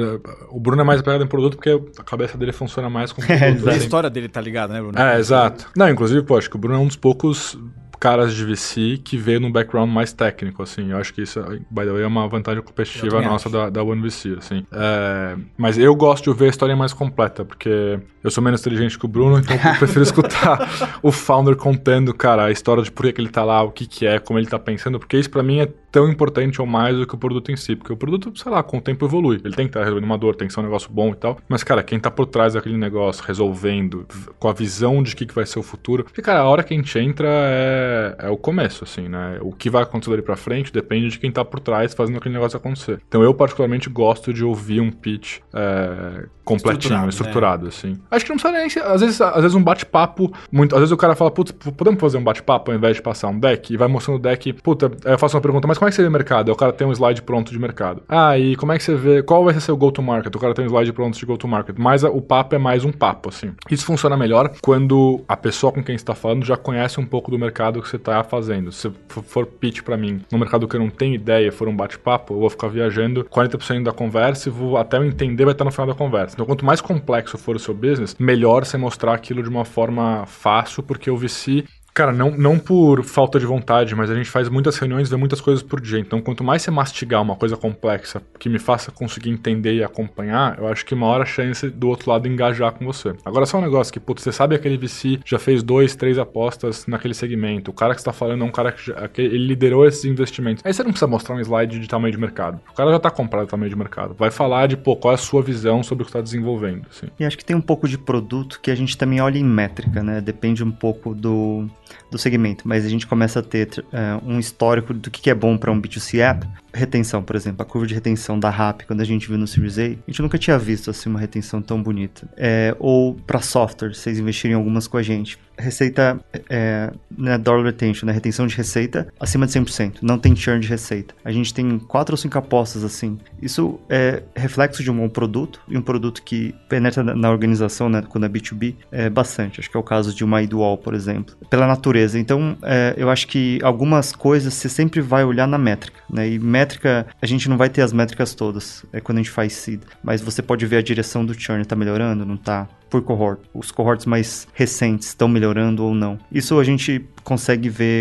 S6: O Bruno é mais pegado em produto porque a cabeça dele funciona mais com produto.
S3: E a
S6: assim.
S3: história dele tá ligada, né, Bruno?
S6: Exato. Não, inclusive, pô, acho que o Bruno é um dos poucos caras de VC que veio num background mais técnico, assim. Eu acho que isso, by the way, é uma vantagem competitiva nossa da OneVC, assim. Mas eu gosto de ver a história mais completa, porque eu sou menos inteligente que o Bruno, então eu prefiro escutar o founder contando, cara, a história de por que ele tá lá, o que é, como ele tá pensando, porque isso pra mim é tão importante ou mais do que o produto em si, porque o produto, sei lá, com o tempo evolui. Ele tem que estar resolvendo uma dor, tem que ser um negócio bom e tal, mas, cara, quem tá por trás daquele negócio, resolvendo, com a visão de que vai ser o futuro, porque, cara, a hora que a gente entra é o começo, assim, né? O que vai acontecer dali pra frente depende de quem tá por trás fazendo aquele negócio acontecer. Então eu, particularmente, gosto de ouvir um pitch completinho, estruturado, assim. Acho que não precisa nem... Às vezes um bate-papo, às vezes o cara fala, putz, podemos fazer um bate-papo ao invés de passar um deck? E vai mostrando o deck, puta, eu faço uma pergunta, mas como é que você vê o mercado? Aí o cara tem um slide pronto de mercado. E como é que você vê, qual vai ser seu go-to-market? O cara tem um slide pronto de go-to-market. Mas o papo é mais um papo, assim. Isso funciona melhor quando a pessoa com quem você tá falando já conhece um pouco do mercado que você tá fazendo. Se for pitch pra mim no mercado que eu não tenho ideia, for um bate-papo, eu vou ficar viajando 40% da conversa e até eu entender vai estar no final da conversa. Então, quanto mais complexo for o seu business, melhor você mostrar aquilo de uma forma fácil, porque o VC... Cara, não por falta de vontade, mas a gente faz muitas reuniões, vê muitas coisas por dia. Então, quanto mais você mastigar uma coisa complexa que me faça conseguir entender e acompanhar, eu acho que maior a chance do outro lado engajar com você. Agora, só um negócio que, putz, você sabe aquele VC já fez 2, 3 apostas naquele segmento. O cara que você tá falando é um cara que ele liderou esses investimentos. Aí você não precisa mostrar um slide de tamanho de mercado. O cara já tá comprado o tamanho de mercado. Vai falar de, qual é a sua visão sobre o que você tá desenvolvendo, assim.
S5: E acho que tem um pouco de produto que a gente também olha em métrica, né? Depende um pouco do segmento, mas a gente começa a ter um histórico do que é bom para um B2C app. Retenção, por exemplo, a curva de retenção da RAP, quando a gente viu no Series A, a gente nunca tinha visto assim uma retenção tão bonita. Ou para software, vocês investirem algumas com a gente. Receita, né, dollar retention, né, retenção de receita acima de 100%, não tem churn de receita. A gente tem 4 ou 5 apostas assim. Isso é reflexo de um bom produto, e um produto que penetra na organização, né, quando é B2B, bastante. Acho que é o caso de uma iDual, por exemplo, pela natureza. Então, eu acho que algumas coisas você sempre vai olhar na métrica, né, e métrica, a gente não vai ter as métricas todas quando a gente faz seed, mas você pode ver a direção do churn, tá melhorando, não tá? Por cohort. Os cohorts mais recentes estão melhorando ou não. Isso a gente consegue ver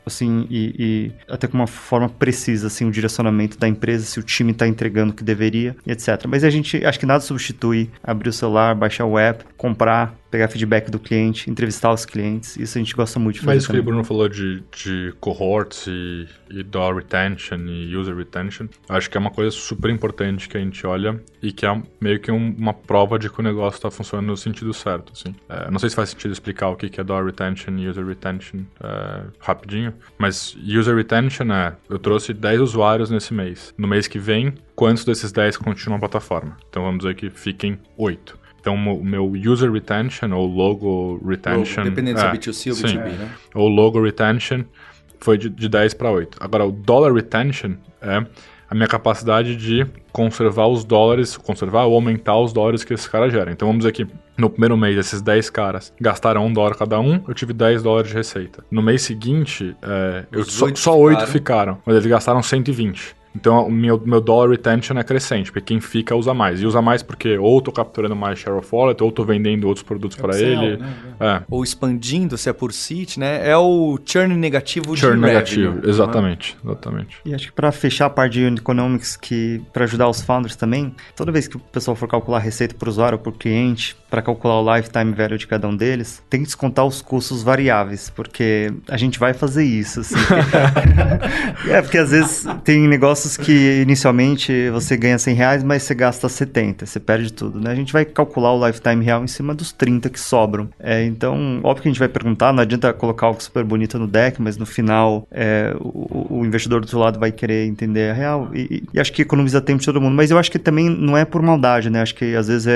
S5: assim, e até com uma forma precisa, assim, o direcionamento da empresa, se o time está entregando o que deveria, etc. Mas a gente, acho que nada substitui abrir o celular, baixar o app, comprar, pegar feedback do cliente, entrevistar os clientes. Isso a gente gosta muito de fazer.
S6: Mas isso que o
S5: também.
S6: Bruno falou de cohorts e dollar retention e user retention, eu acho que é uma coisa super importante que a gente olha e que é meio que uma prova de que o negócio está funcionando no sentido certo, assim. Não sei se faz sentido explicar o que é dollar retention e user retention rapidinho, mas user retention eu trouxe 10 usuários nesse mês. No mês que vem, quantos desses 10 continuam na plataforma? Então vamos dizer que fiquem 8. Então, o meu user retention ou logo retention...
S2: Dependendo se é B2C ou
S6: sim,
S2: B2B, né?
S6: ou logo retention foi de 10 para 8. Agora, o dollar retention é a minha capacidade de conservar os dólares, conservar ou aumentar os dólares que esses caras geram. Então, vamos dizer que no primeiro mês, esses 10 caras gastaram $1 cada um, eu tive $10 de receita. No mês seguinte, só 8 ficaram, mas eles gastaram 120. Então, o meu dollar retention é crescente, porque quem fica usa mais. E usa mais porque ou tô capturando mais share of wallet, ou tô vendendo outros produtos para ele.
S3: Né?
S2: Ou expandindo, se é por seat, né? É o churn negativo de revenue.
S6: Churn negativo, exatamente.
S5: E acho que para fechar a parte de unit economics, que para ajudar os founders também, toda vez que o pessoal for calcular a receita por usuário ou por cliente, para calcular o lifetime value de cada um deles, tem que descontar os custos variáveis, porque a gente vai fazer isso, assim. Porque às vezes tem negócios que inicialmente você ganha R$100, mas você gasta 70, você perde tudo, né? A gente vai calcular o lifetime real em cima dos 30 que sobram. Então, óbvio que a gente vai perguntar, não adianta colocar algo super bonito no deck, mas no final o investidor do outro lado vai querer entender a real, e acho que economiza tempo de todo mundo, mas eu acho que também não é por maldade, né? Acho que às vezes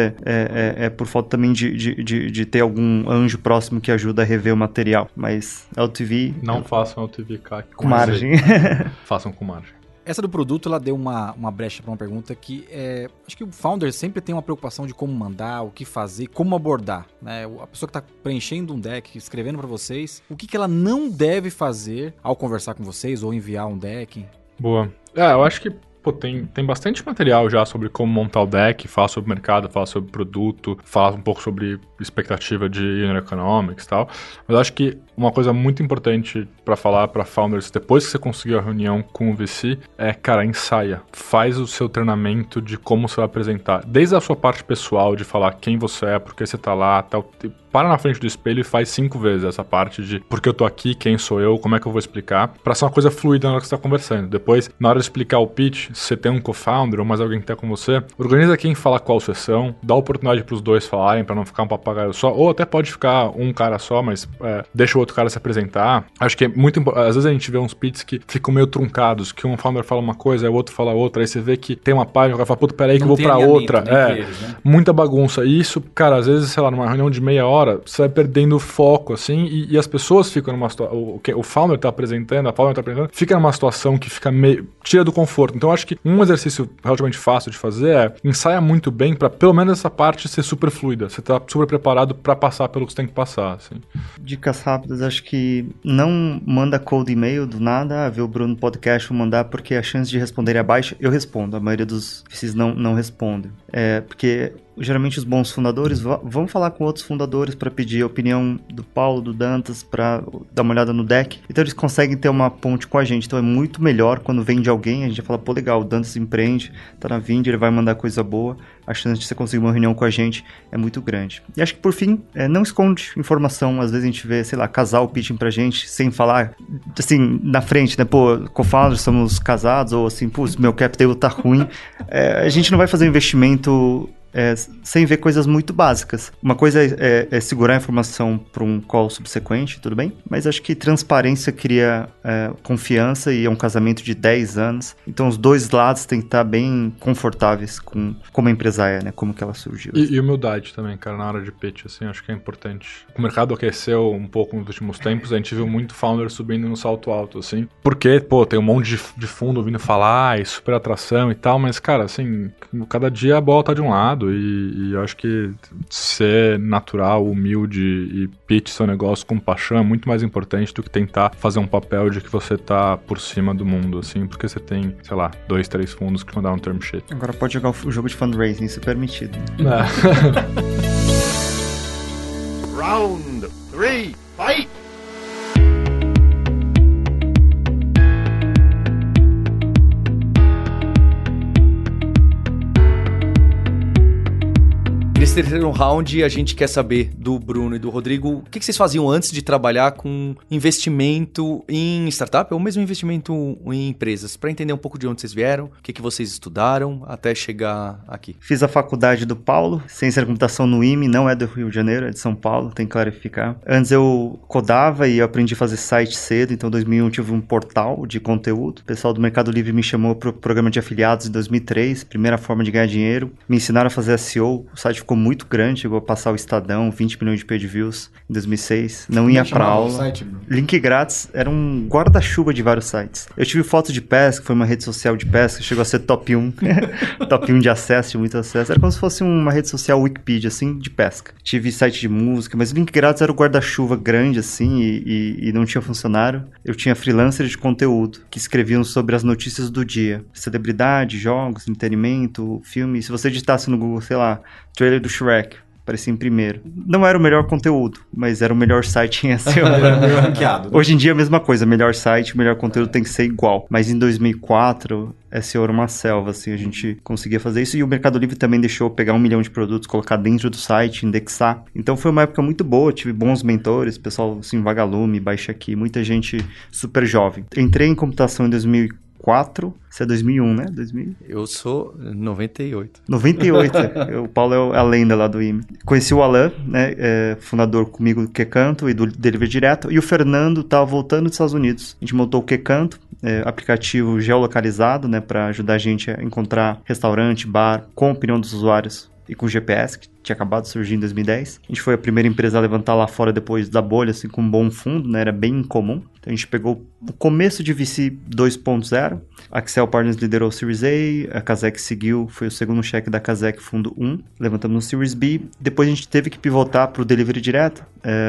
S5: é por falta também de ter algum anjo próximo que ajuda a rever o material, mas LTV...
S6: Não façam LTV CAC
S5: com margem.
S6: Façam com margem.
S3: Essa do produto, ela deu uma brecha para uma pergunta que acho que o founder sempre tem uma preocupação de como mandar, o que fazer, como abordar, né? A pessoa que está preenchendo um deck, escrevendo para vocês, o que ela não deve fazer ao conversar com vocês ou enviar um deck?
S6: Boa. Eu acho que tem bastante material já sobre como montar o deck, fala sobre mercado, fala sobre produto, fala um pouco sobre expectativa de unit economics e tal. Mas eu acho que uma coisa muito importante para falar para founders depois que você conseguiu a reunião com o VC cara, ensaia. Faz o seu treinamento de como você vai apresentar. Desde a sua parte pessoal, de falar quem você é, por que você tá lá, tal. Para na frente do espelho e faz 5 vezes essa parte de por que eu tô aqui, quem sou eu, como é que eu vou explicar, para ser uma coisa fluida na hora que você tá conversando. Depois, na hora de explicar o pitch, se você tem um co-founder ou mais alguém que tá com você, organiza quem fala qual sessão, dá oportunidade pros dois falarem, para não ficar um papagaio só, ou até pode ficar um cara só, mas deixa o outro cara se apresentar. Acho que é muito importante. Às vezes a gente vê uns pitches que ficam meio truncados, que um founder fala uma coisa, aí o outro fala outra, aí você vê que tem uma página, o cara fala, puta, peraí que eu vou pra outra.
S3: Eles, né?
S6: Muita bagunça. E isso, cara, às vezes, sei lá, numa reunião de meia hora, você vai perdendo o foco, assim, e as pessoas ficam numa situação, o founder tá apresentando, a founder tá apresentando, fica numa situação que fica meio, tira do conforto. Então, eu acho que um exercício relativamente fácil de fazer ensaia muito bem pra, pelo menos, essa parte ser super fluida. Você tá super preparado pra passar pelo que você tem que passar, assim.
S5: Dicas rápidas, acho que não manda cold e-mail do nada, ver o Bruno no podcast, vou mandar, porque a chance de responder é baixa. Eu respondo, a maioria dos VCs não respondem. Porque geralmente os bons fundadores vão falar com outros fundadores para pedir a opinião do Paulo, do Dantas, para dar uma olhada no deck. Então eles conseguem ter uma ponte com a gente. Então é muito melhor quando vem de alguém, a gente fala, pô, legal, o Dantas empreende, tá na Vind, ele vai mandar coisa boa. A chance de você conseguir uma reunião com a gente é muito grande. E acho que por fim, não esconde informação. Às vezes a gente vê, sei lá, casal pitching pra gente sem falar, assim, na frente, né? Pô, co-founders, somos casados, ou assim, pô, meu cap table tá ruim. A gente não vai fazer um investimento sem ver coisas muito básicas. Uma coisa é segurar a informação para um call subsequente, tudo bem? Mas acho que transparência cria confiança e é um casamento de 10 anos. Então os dois lados têm que estar bem confortáveis com como a empresa né? Como que ela surgiu.
S6: E humildade também, cara, na hora de pitch, assim, acho que é importante. O mercado aqueceu um pouco nos últimos tempos, a gente viu muito founder subindo no salto alto, assim. Porque, pô, tem um monte de fundo vindo falar e super atração e tal, mas, cara, assim, cada dia a bola tá de um lado. E eu acho que ser natural, humilde e pitch seu negócio com paixão é muito mais importante do que tentar fazer um papel de que você tá por cima do mundo, assim, porque você tem, sei lá, 2, 3 fundos que mandaram um term sheet.
S5: Agora pode jogar o jogo de fundraising, isso é permitido. Né?
S4: Round 3, fight!
S2: Nesse terceiro round, a gente quer saber do Bruno e do Rodrigo o que vocês faziam antes de trabalhar com investimento em startup ou mesmo investimento em empresas, para entender um pouco de onde vocês vieram, o que vocês estudaram até chegar aqui.
S5: Fiz a faculdade do Paulo, Ciência da Computação no IME, não é do Rio de Janeiro, é de São Paulo, tem que clarificar. Antes eu codava e eu aprendi a fazer site cedo, então em 2001 eu tive um portal de conteúdo. O pessoal do Mercado Livre me chamou para o programa de afiliados em 2003, primeira forma de ganhar dinheiro. Me ensinaram a fazer SEO, o site ficou muito grande, chegou a passar o Estadão, 20 milhões de page views em 2006. Não ia pra aula.
S3: Site,
S5: Link grátis era um guarda-chuva de vários sites. Eu tive foto de pesca, foi uma rede social de pesca, chegou a ser top 1. Top 1 de acesso, de muito acesso. Era como se fosse uma rede social Wikipedia, assim, de pesca. Tive site de música, mas o link grátis era o guarda-chuva grande, assim, e não tinha funcionário. Eu tinha freelancers de conteúdo, que escreviam sobre as notícias do dia. Celebridade, jogos, entretenimento, filme. Se você digitasse no Google, sei lá, trailer do Shrek, aparecia em primeiro. Não era o melhor conteúdo, mas era o melhor site em SEO.
S3: ranqueado. Né?
S5: Hoje em dia é a mesma coisa, melhor site, melhor conteúdo tem que ser igual. Mas em 2004, SEO era uma selva, assim, a gente conseguia fazer isso. E o Mercado Livre também deixou pegar 1 milhão de produtos, colocar dentro do site, indexar. Então foi uma época muito boa, tive bons mentores, pessoal assim, Vagalume, Baixa Aqui, muita gente super jovem. Entrei em computação em 2004, isso é 2001, né? 2000?
S2: Eu sou 98.
S5: 98, o Paulo é a lenda lá do IME. Conheci o Alan, né, fundador comigo do QCanto e do Delivery Direto, e o Fernando estava voltando dos Estados Unidos. A gente montou o QCanto, aplicativo geolocalizado, né, para ajudar a gente a encontrar restaurante, bar, com a opinião dos usuários e com GPS, que tinha acabado de surgir em 2010. A gente foi a primeira empresa a levantar lá fora depois da bolha, assim, com um bom fundo, né? Era bem incomum. Então a gente pegou o começo de VC 2.0, a Accel Partners liderou o Series A, a Kazek seguiu, foi o segundo cheque da Kazek, fundo 1, levantamos no Series B. Depois a gente teve que pivotar para o Delivery Direto,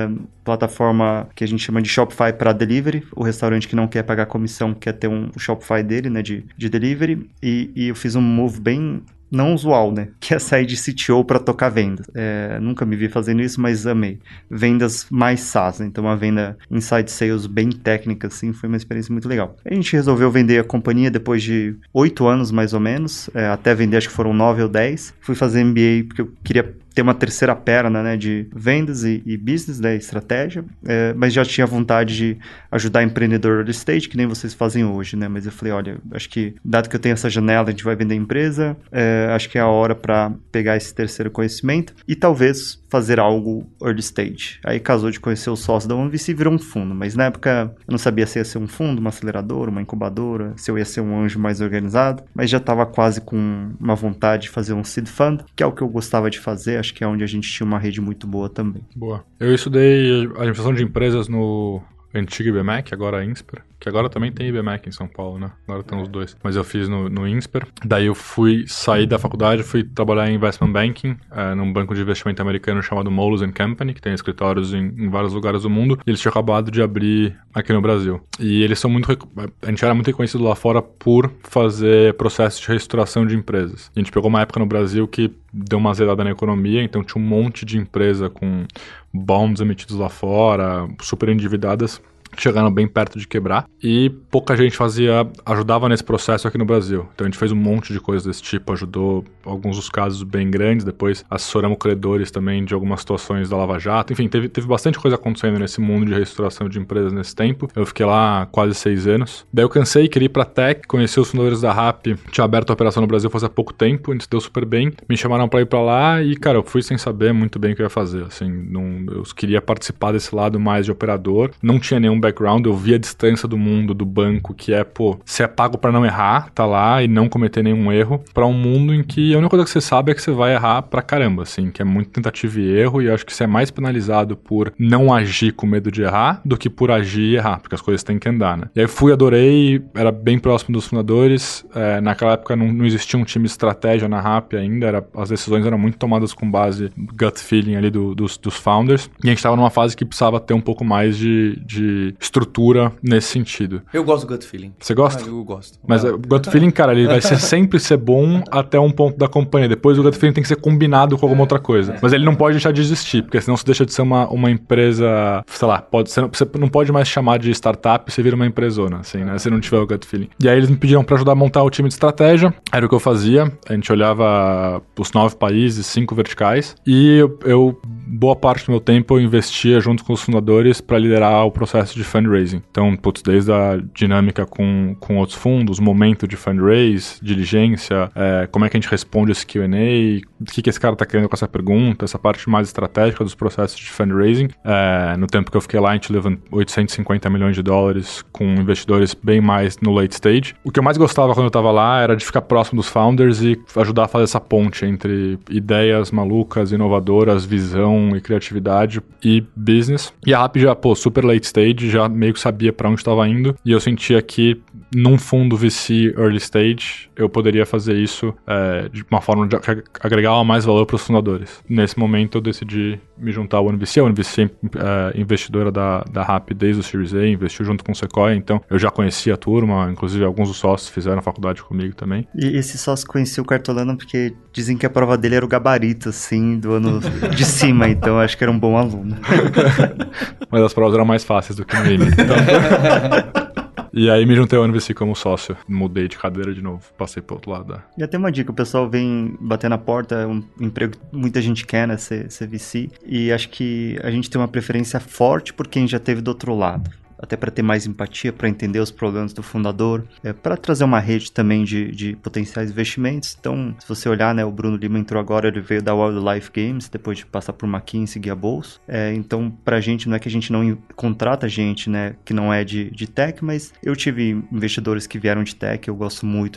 S5: plataforma que a gente chama de Shopify para Delivery, o restaurante que não quer pagar comissão, quer ter um Shopify dele, né, de Delivery, e eu fiz um move bem não usual, né? Que é sair de CTO para tocar vendas. Nunca me vi fazendo isso, mas amei. Vendas mais SaaS, né? Então uma venda inside sales bem técnica, assim, foi uma experiência muito legal. A gente resolveu vender a companhia depois de 8 anos, mais ou menos, até vender, acho que foram 9 ou 10. Fui fazer MBA porque eu queria ter uma terceira perna, né, de vendas e business, né, estratégia, mas já tinha vontade de ajudar empreendedor early stage, que nem vocês fazem hoje, né, mas eu falei, olha, acho que, dado que eu tenho essa janela, a gente vai vender a empresa, acho que é a hora para pegar esse terceiro conhecimento e talvez fazer algo early stage. Aí casou de conhecer o sócio da OneVC e virou um fundo, mas na época eu não sabia se ia ser um fundo, uma aceleradora, uma incubadora, se eu ia ser um anjo mais organizado, mas já estava quase com uma vontade de fazer um seed fund, que é o que eu gostava de fazer, acho que é onde a gente tinha uma rede muito boa também.
S6: Boa. Eu estudei administração de empresas no antigo IBMEC, agora a INSPER, que agora também tem IBMEC em São Paulo, né? Agora tem os dois. Mas eu fiz no INSPER. Daí eu saí da faculdade, fui trabalhar em investment banking, num banco de investimento americano chamado Moelis & Company, que tem escritórios em vários lugares do mundo. E eles tinham acabado de abrir aqui no Brasil. E eles são a gente era muito reconhecido lá fora por fazer processos de reestruturação de empresas. A gente pegou uma época no Brasil que deu uma zerada na economia, então tinha um monte de empresa com bonds emitidos lá fora, super endividadas, chegando bem perto de quebrar, e pouca gente ajudava nesse processo aqui no Brasil. Então a gente fez um monte de coisas desse tipo, ajudou alguns dos casos bem grandes, depois assessoramos credores também de algumas situações da Lava Jato, enfim, teve bastante coisa acontecendo nesse mundo de reestruturação de empresas nesse tempo. Eu fiquei lá quase 6 anos. Daí eu cansei, queria ir pra tech, conheci os fundadores da Rappi, tinha aberto a operação no Brasil faz pouco tempo, a gente deu super bem, me chamaram pra ir pra lá e, cara, eu fui sem saber muito bem o que eu ia fazer, assim, eu queria participar desse lado mais de operador, não tinha nenhum background, eu vi a distância do mundo do banco, que é, você é pago pra não errar, tá lá e não cometer nenhum erro, pra um mundo em que a única coisa que você sabe é que você vai errar pra caramba, assim, que é muito tentativa e erro, e eu acho que você é mais penalizado por não agir com medo de errar do que por agir e errar, porque as coisas têm que andar, né? E aí adorei, era bem próximo dos fundadores, naquela época não existia um time de estratégia na Rappi ainda, as decisões eram muito tomadas com base gut feeling ali dos founders, e a gente tava numa fase que precisava ter um pouco mais de de estrutura nesse sentido.
S2: Eu gosto do gut feeling.
S6: Você gosta?
S2: Eu gosto.
S6: Mas o gut feeling, cara, ele vai sempre ser bom até um ponto da companhia. Depois o gut feeling tem que ser combinado com alguma outra coisa. Mas ele não pode deixar de existir, porque senão você deixa de ser uma empresa, sei lá, você não pode mais chamar de startup, você vira uma empresona, assim, né? Se não tiver o gut feeling. E aí eles me pediram pra ajudar a montar o time de estratégia. Era o que eu fazia. A gente olhava os 9 países, 5 verticais. E eu boa parte do meu tempo eu investia junto com os fundadores para liderar o processo de fundraising. Então, desde a dinâmica com outros fundos, momento de fundraise, diligência, como é que a gente responde esse Q&A, o que esse cara tá querendo com essa pergunta, essa parte mais estratégica dos processos de fundraising. No tempo que eu fiquei lá, a gente levou 850 milhões de dólares com investidores bem mais no late stage. O que eu mais gostava quando eu tava lá era de ficar próximo dos founders e ajudar a fazer essa ponte entre ideias malucas, inovadoras, visão e criatividade e business. E a RAP já, super late stage, já meio que sabia para onde estava indo. E eu sentia que num fundo VC early stage, eu poderia fazer isso de uma forma de agregar mais valor para os fundadores. Nesse momento, eu decidi me juntar ao OneVC. A OneVC é investidora da RAP desde o Series A, investiu junto com o Sequoia, então eu já conhecia a turma, inclusive alguns dos sócios fizeram a faculdade comigo também.
S5: E esse sócio conhecia o Cartolano porque dizem que a prova dele era o gabarito, assim, do ano de cima, então acho que era um bom aluno.
S6: Mas as provas eram mais fáceis do que no IME. Então... E aí me juntei ao NVC como sócio. Mudei de cadeira de novo. Passei pro outro lado.
S5: E até uma dica, o pessoal vem bater na porta, é um emprego que muita gente quer, né, ser VC. E acho que a gente tem uma preferência forte por quem já teve do outro lado. Até para ter mais empatia, para entender os problemas do fundador, para trazer uma rede também de potenciais investimentos. Então, se você olhar, né, o Bruno Lima entrou agora, ele veio da Wildlife Games, depois de passar por McKinsey e Guia Bolso. Então, pra gente, não é que a gente não contrata gente, né, que não é de tech, mas eu tive investidores que vieram de tech, eu gostava muito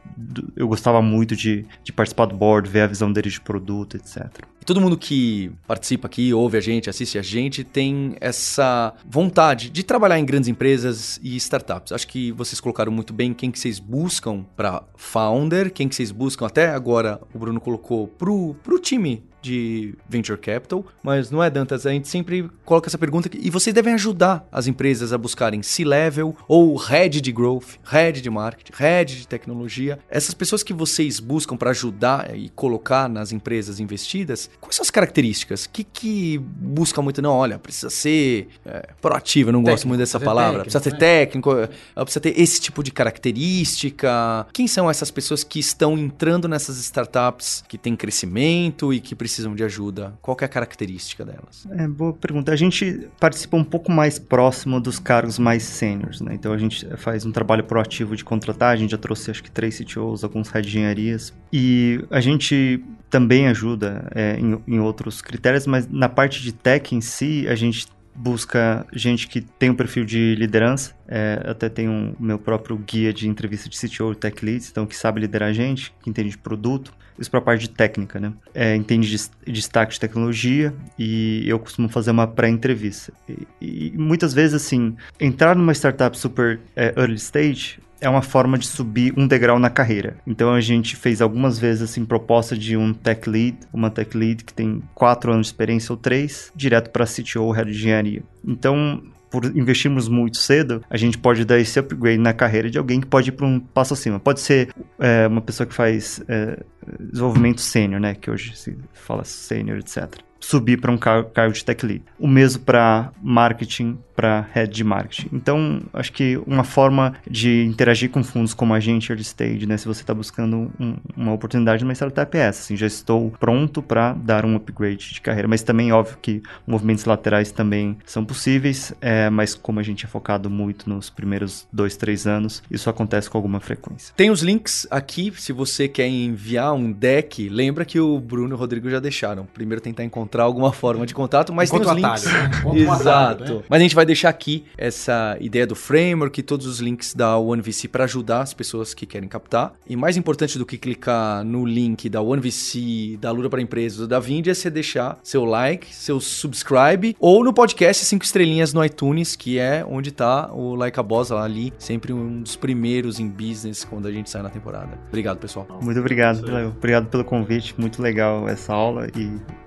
S5: de participar do board, ver a visão deles de produto, etc.
S2: Todo mundo que participa aqui, ouve a gente, assiste a gente, tem essa vontade de trabalhar em grandes empresas e startups. Acho que vocês colocaram muito bem quem que vocês buscam para founder, quem que vocês buscam, até agora o Bruno colocou pro time de Venture Capital, mas não é, Dantas, a gente sempre coloca essa pergunta e vocês devem ajudar as empresas a buscarem C-Level ou Head de Growth, Head de Marketing, Head de Tecnologia. Essas pessoas que vocês buscam para ajudar e colocar nas empresas investidas, quais são as características? O que busca muito? Não, olha, precisa ser proativo, eu não gosto muito dessa palavra, precisa ser técnico, precisa ter esse tipo de característica. Quem são essas pessoas que estão entrando nessas startups que têm crescimento e que precisam de ajuda? Qual que é a característica delas?
S5: Boa pergunta. A gente participa um pouco mais próximo dos cargos mais sêniores, né? Então a gente faz um trabalho proativo de contratar, a gente já trouxe acho que 3 CTOs, alguns head de engenharias, e a gente também ajuda em outros critérios, mas na parte de tech em si, a gente busca gente que tem um perfil de liderança. Até tem o meu próprio guia de entrevista de CTO e Tech Leads, então que sabe liderar gente, que entende de produto. Isso para a parte de técnica, né? Entende de stack de tecnologia, e eu costumo fazer uma pré-entrevista. E muitas vezes, assim, entrar numa startup super early stage é uma forma de subir um degrau na carreira. Então a gente fez algumas vezes assim proposta de uma tech lead que tem 4 anos de experiência ou 3, direto para CTO ou Head de Engenharia. Então, por investirmos muito cedo, a gente pode dar esse upgrade na carreira de alguém que pode ir para um passo acima. Pode ser uma pessoa que faz desenvolvimento sênior, né? Que hoje se fala sênior, etc. Subir para um cargo de tech lead. O mesmo para marketing, para head de marketing. Então, acho que uma forma de interagir com fundos como a gente, early stage, né? Se você está buscando uma oportunidade numa startup é essa. Assim, já estou pronto para dar um upgrade de carreira. Mas também, óbvio que movimentos laterais também são possíveis, mas como a gente é focado muito nos primeiros 2-3 anos, isso acontece com alguma frequência.
S2: Tem os links aqui, se você quer enviar um deck, lembra que o Bruno e o Rodrigo já deixaram. Primeiro tentar encontrar alguma forma de contato, mas tem os links.
S3: Atalho, né?
S2: Exato. Né? Mas a gente vai deixar aqui essa ideia do framework e todos os links da OneVC para ajudar as pessoas que querem captar. E mais importante do que clicar no link da OneVC, da Lura para Empresas ou da Vindi é você deixar seu like, seu subscribe ou no podcast 5 estrelinhas no iTunes, que é onde tá o Like a Boss ali, sempre um dos primeiros em business quando a gente sai na temporada. Obrigado, pessoal.
S5: Muito obrigado, Léo. Obrigado pelo convite, muito legal essa aula, e acho que no final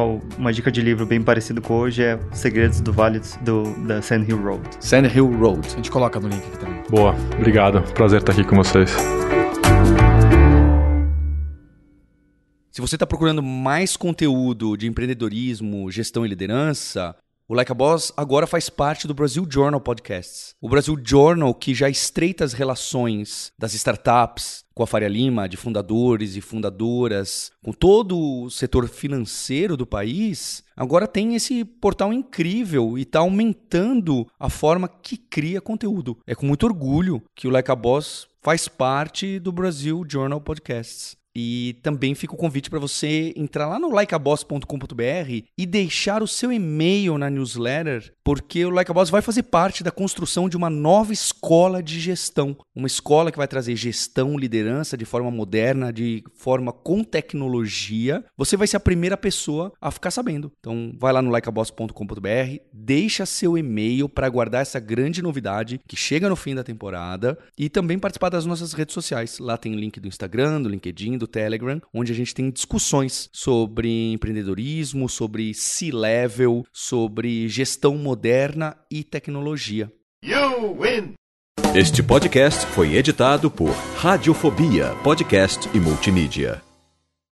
S5: uma dica de livro bem parecido com hoje é Segredos do Vale da Sand Hill Road.
S3: Sand Hill Road. A gente coloca no link aqui também.
S6: Boa, obrigado. Prazer estar aqui com vocês.
S2: Se você está procurando mais conteúdo de empreendedorismo, gestão e liderança, o Like a Boss agora faz parte do Brasil Journal Podcasts. O Brasil Journal, que já estreita as relações das startups com a Faria Lima, de fundadores e fundadoras, com todo o setor financeiro do país, agora tem esse portal incrível e está aumentando a forma que cria conteúdo. É com muito orgulho que o Like a Boss faz parte do Brasil Journal Podcasts. E também fica o convite para você entrar lá no likeaboss.com.br e deixar o seu e-mail na newsletter, porque o Like a Boss vai fazer parte da construção de uma nova escola de gestão. Uma escola que vai trazer gestão, liderança de forma moderna, de forma com tecnologia. Você vai ser a primeira pessoa a ficar sabendo. Então vai lá no likeaboss.com.br, deixa seu e-mail para aguardar essa grande novidade que chega no fim da temporada e também participar das nossas redes sociais. Lá tem o link do Instagram, do LinkedIn, do Telegram, onde a gente tem discussões sobre empreendedorismo, sobre C-Level, sobre gestão moderna e tecnologia.
S4: You win!
S7: Este podcast foi editado por Radiofobia, podcast e multimídia.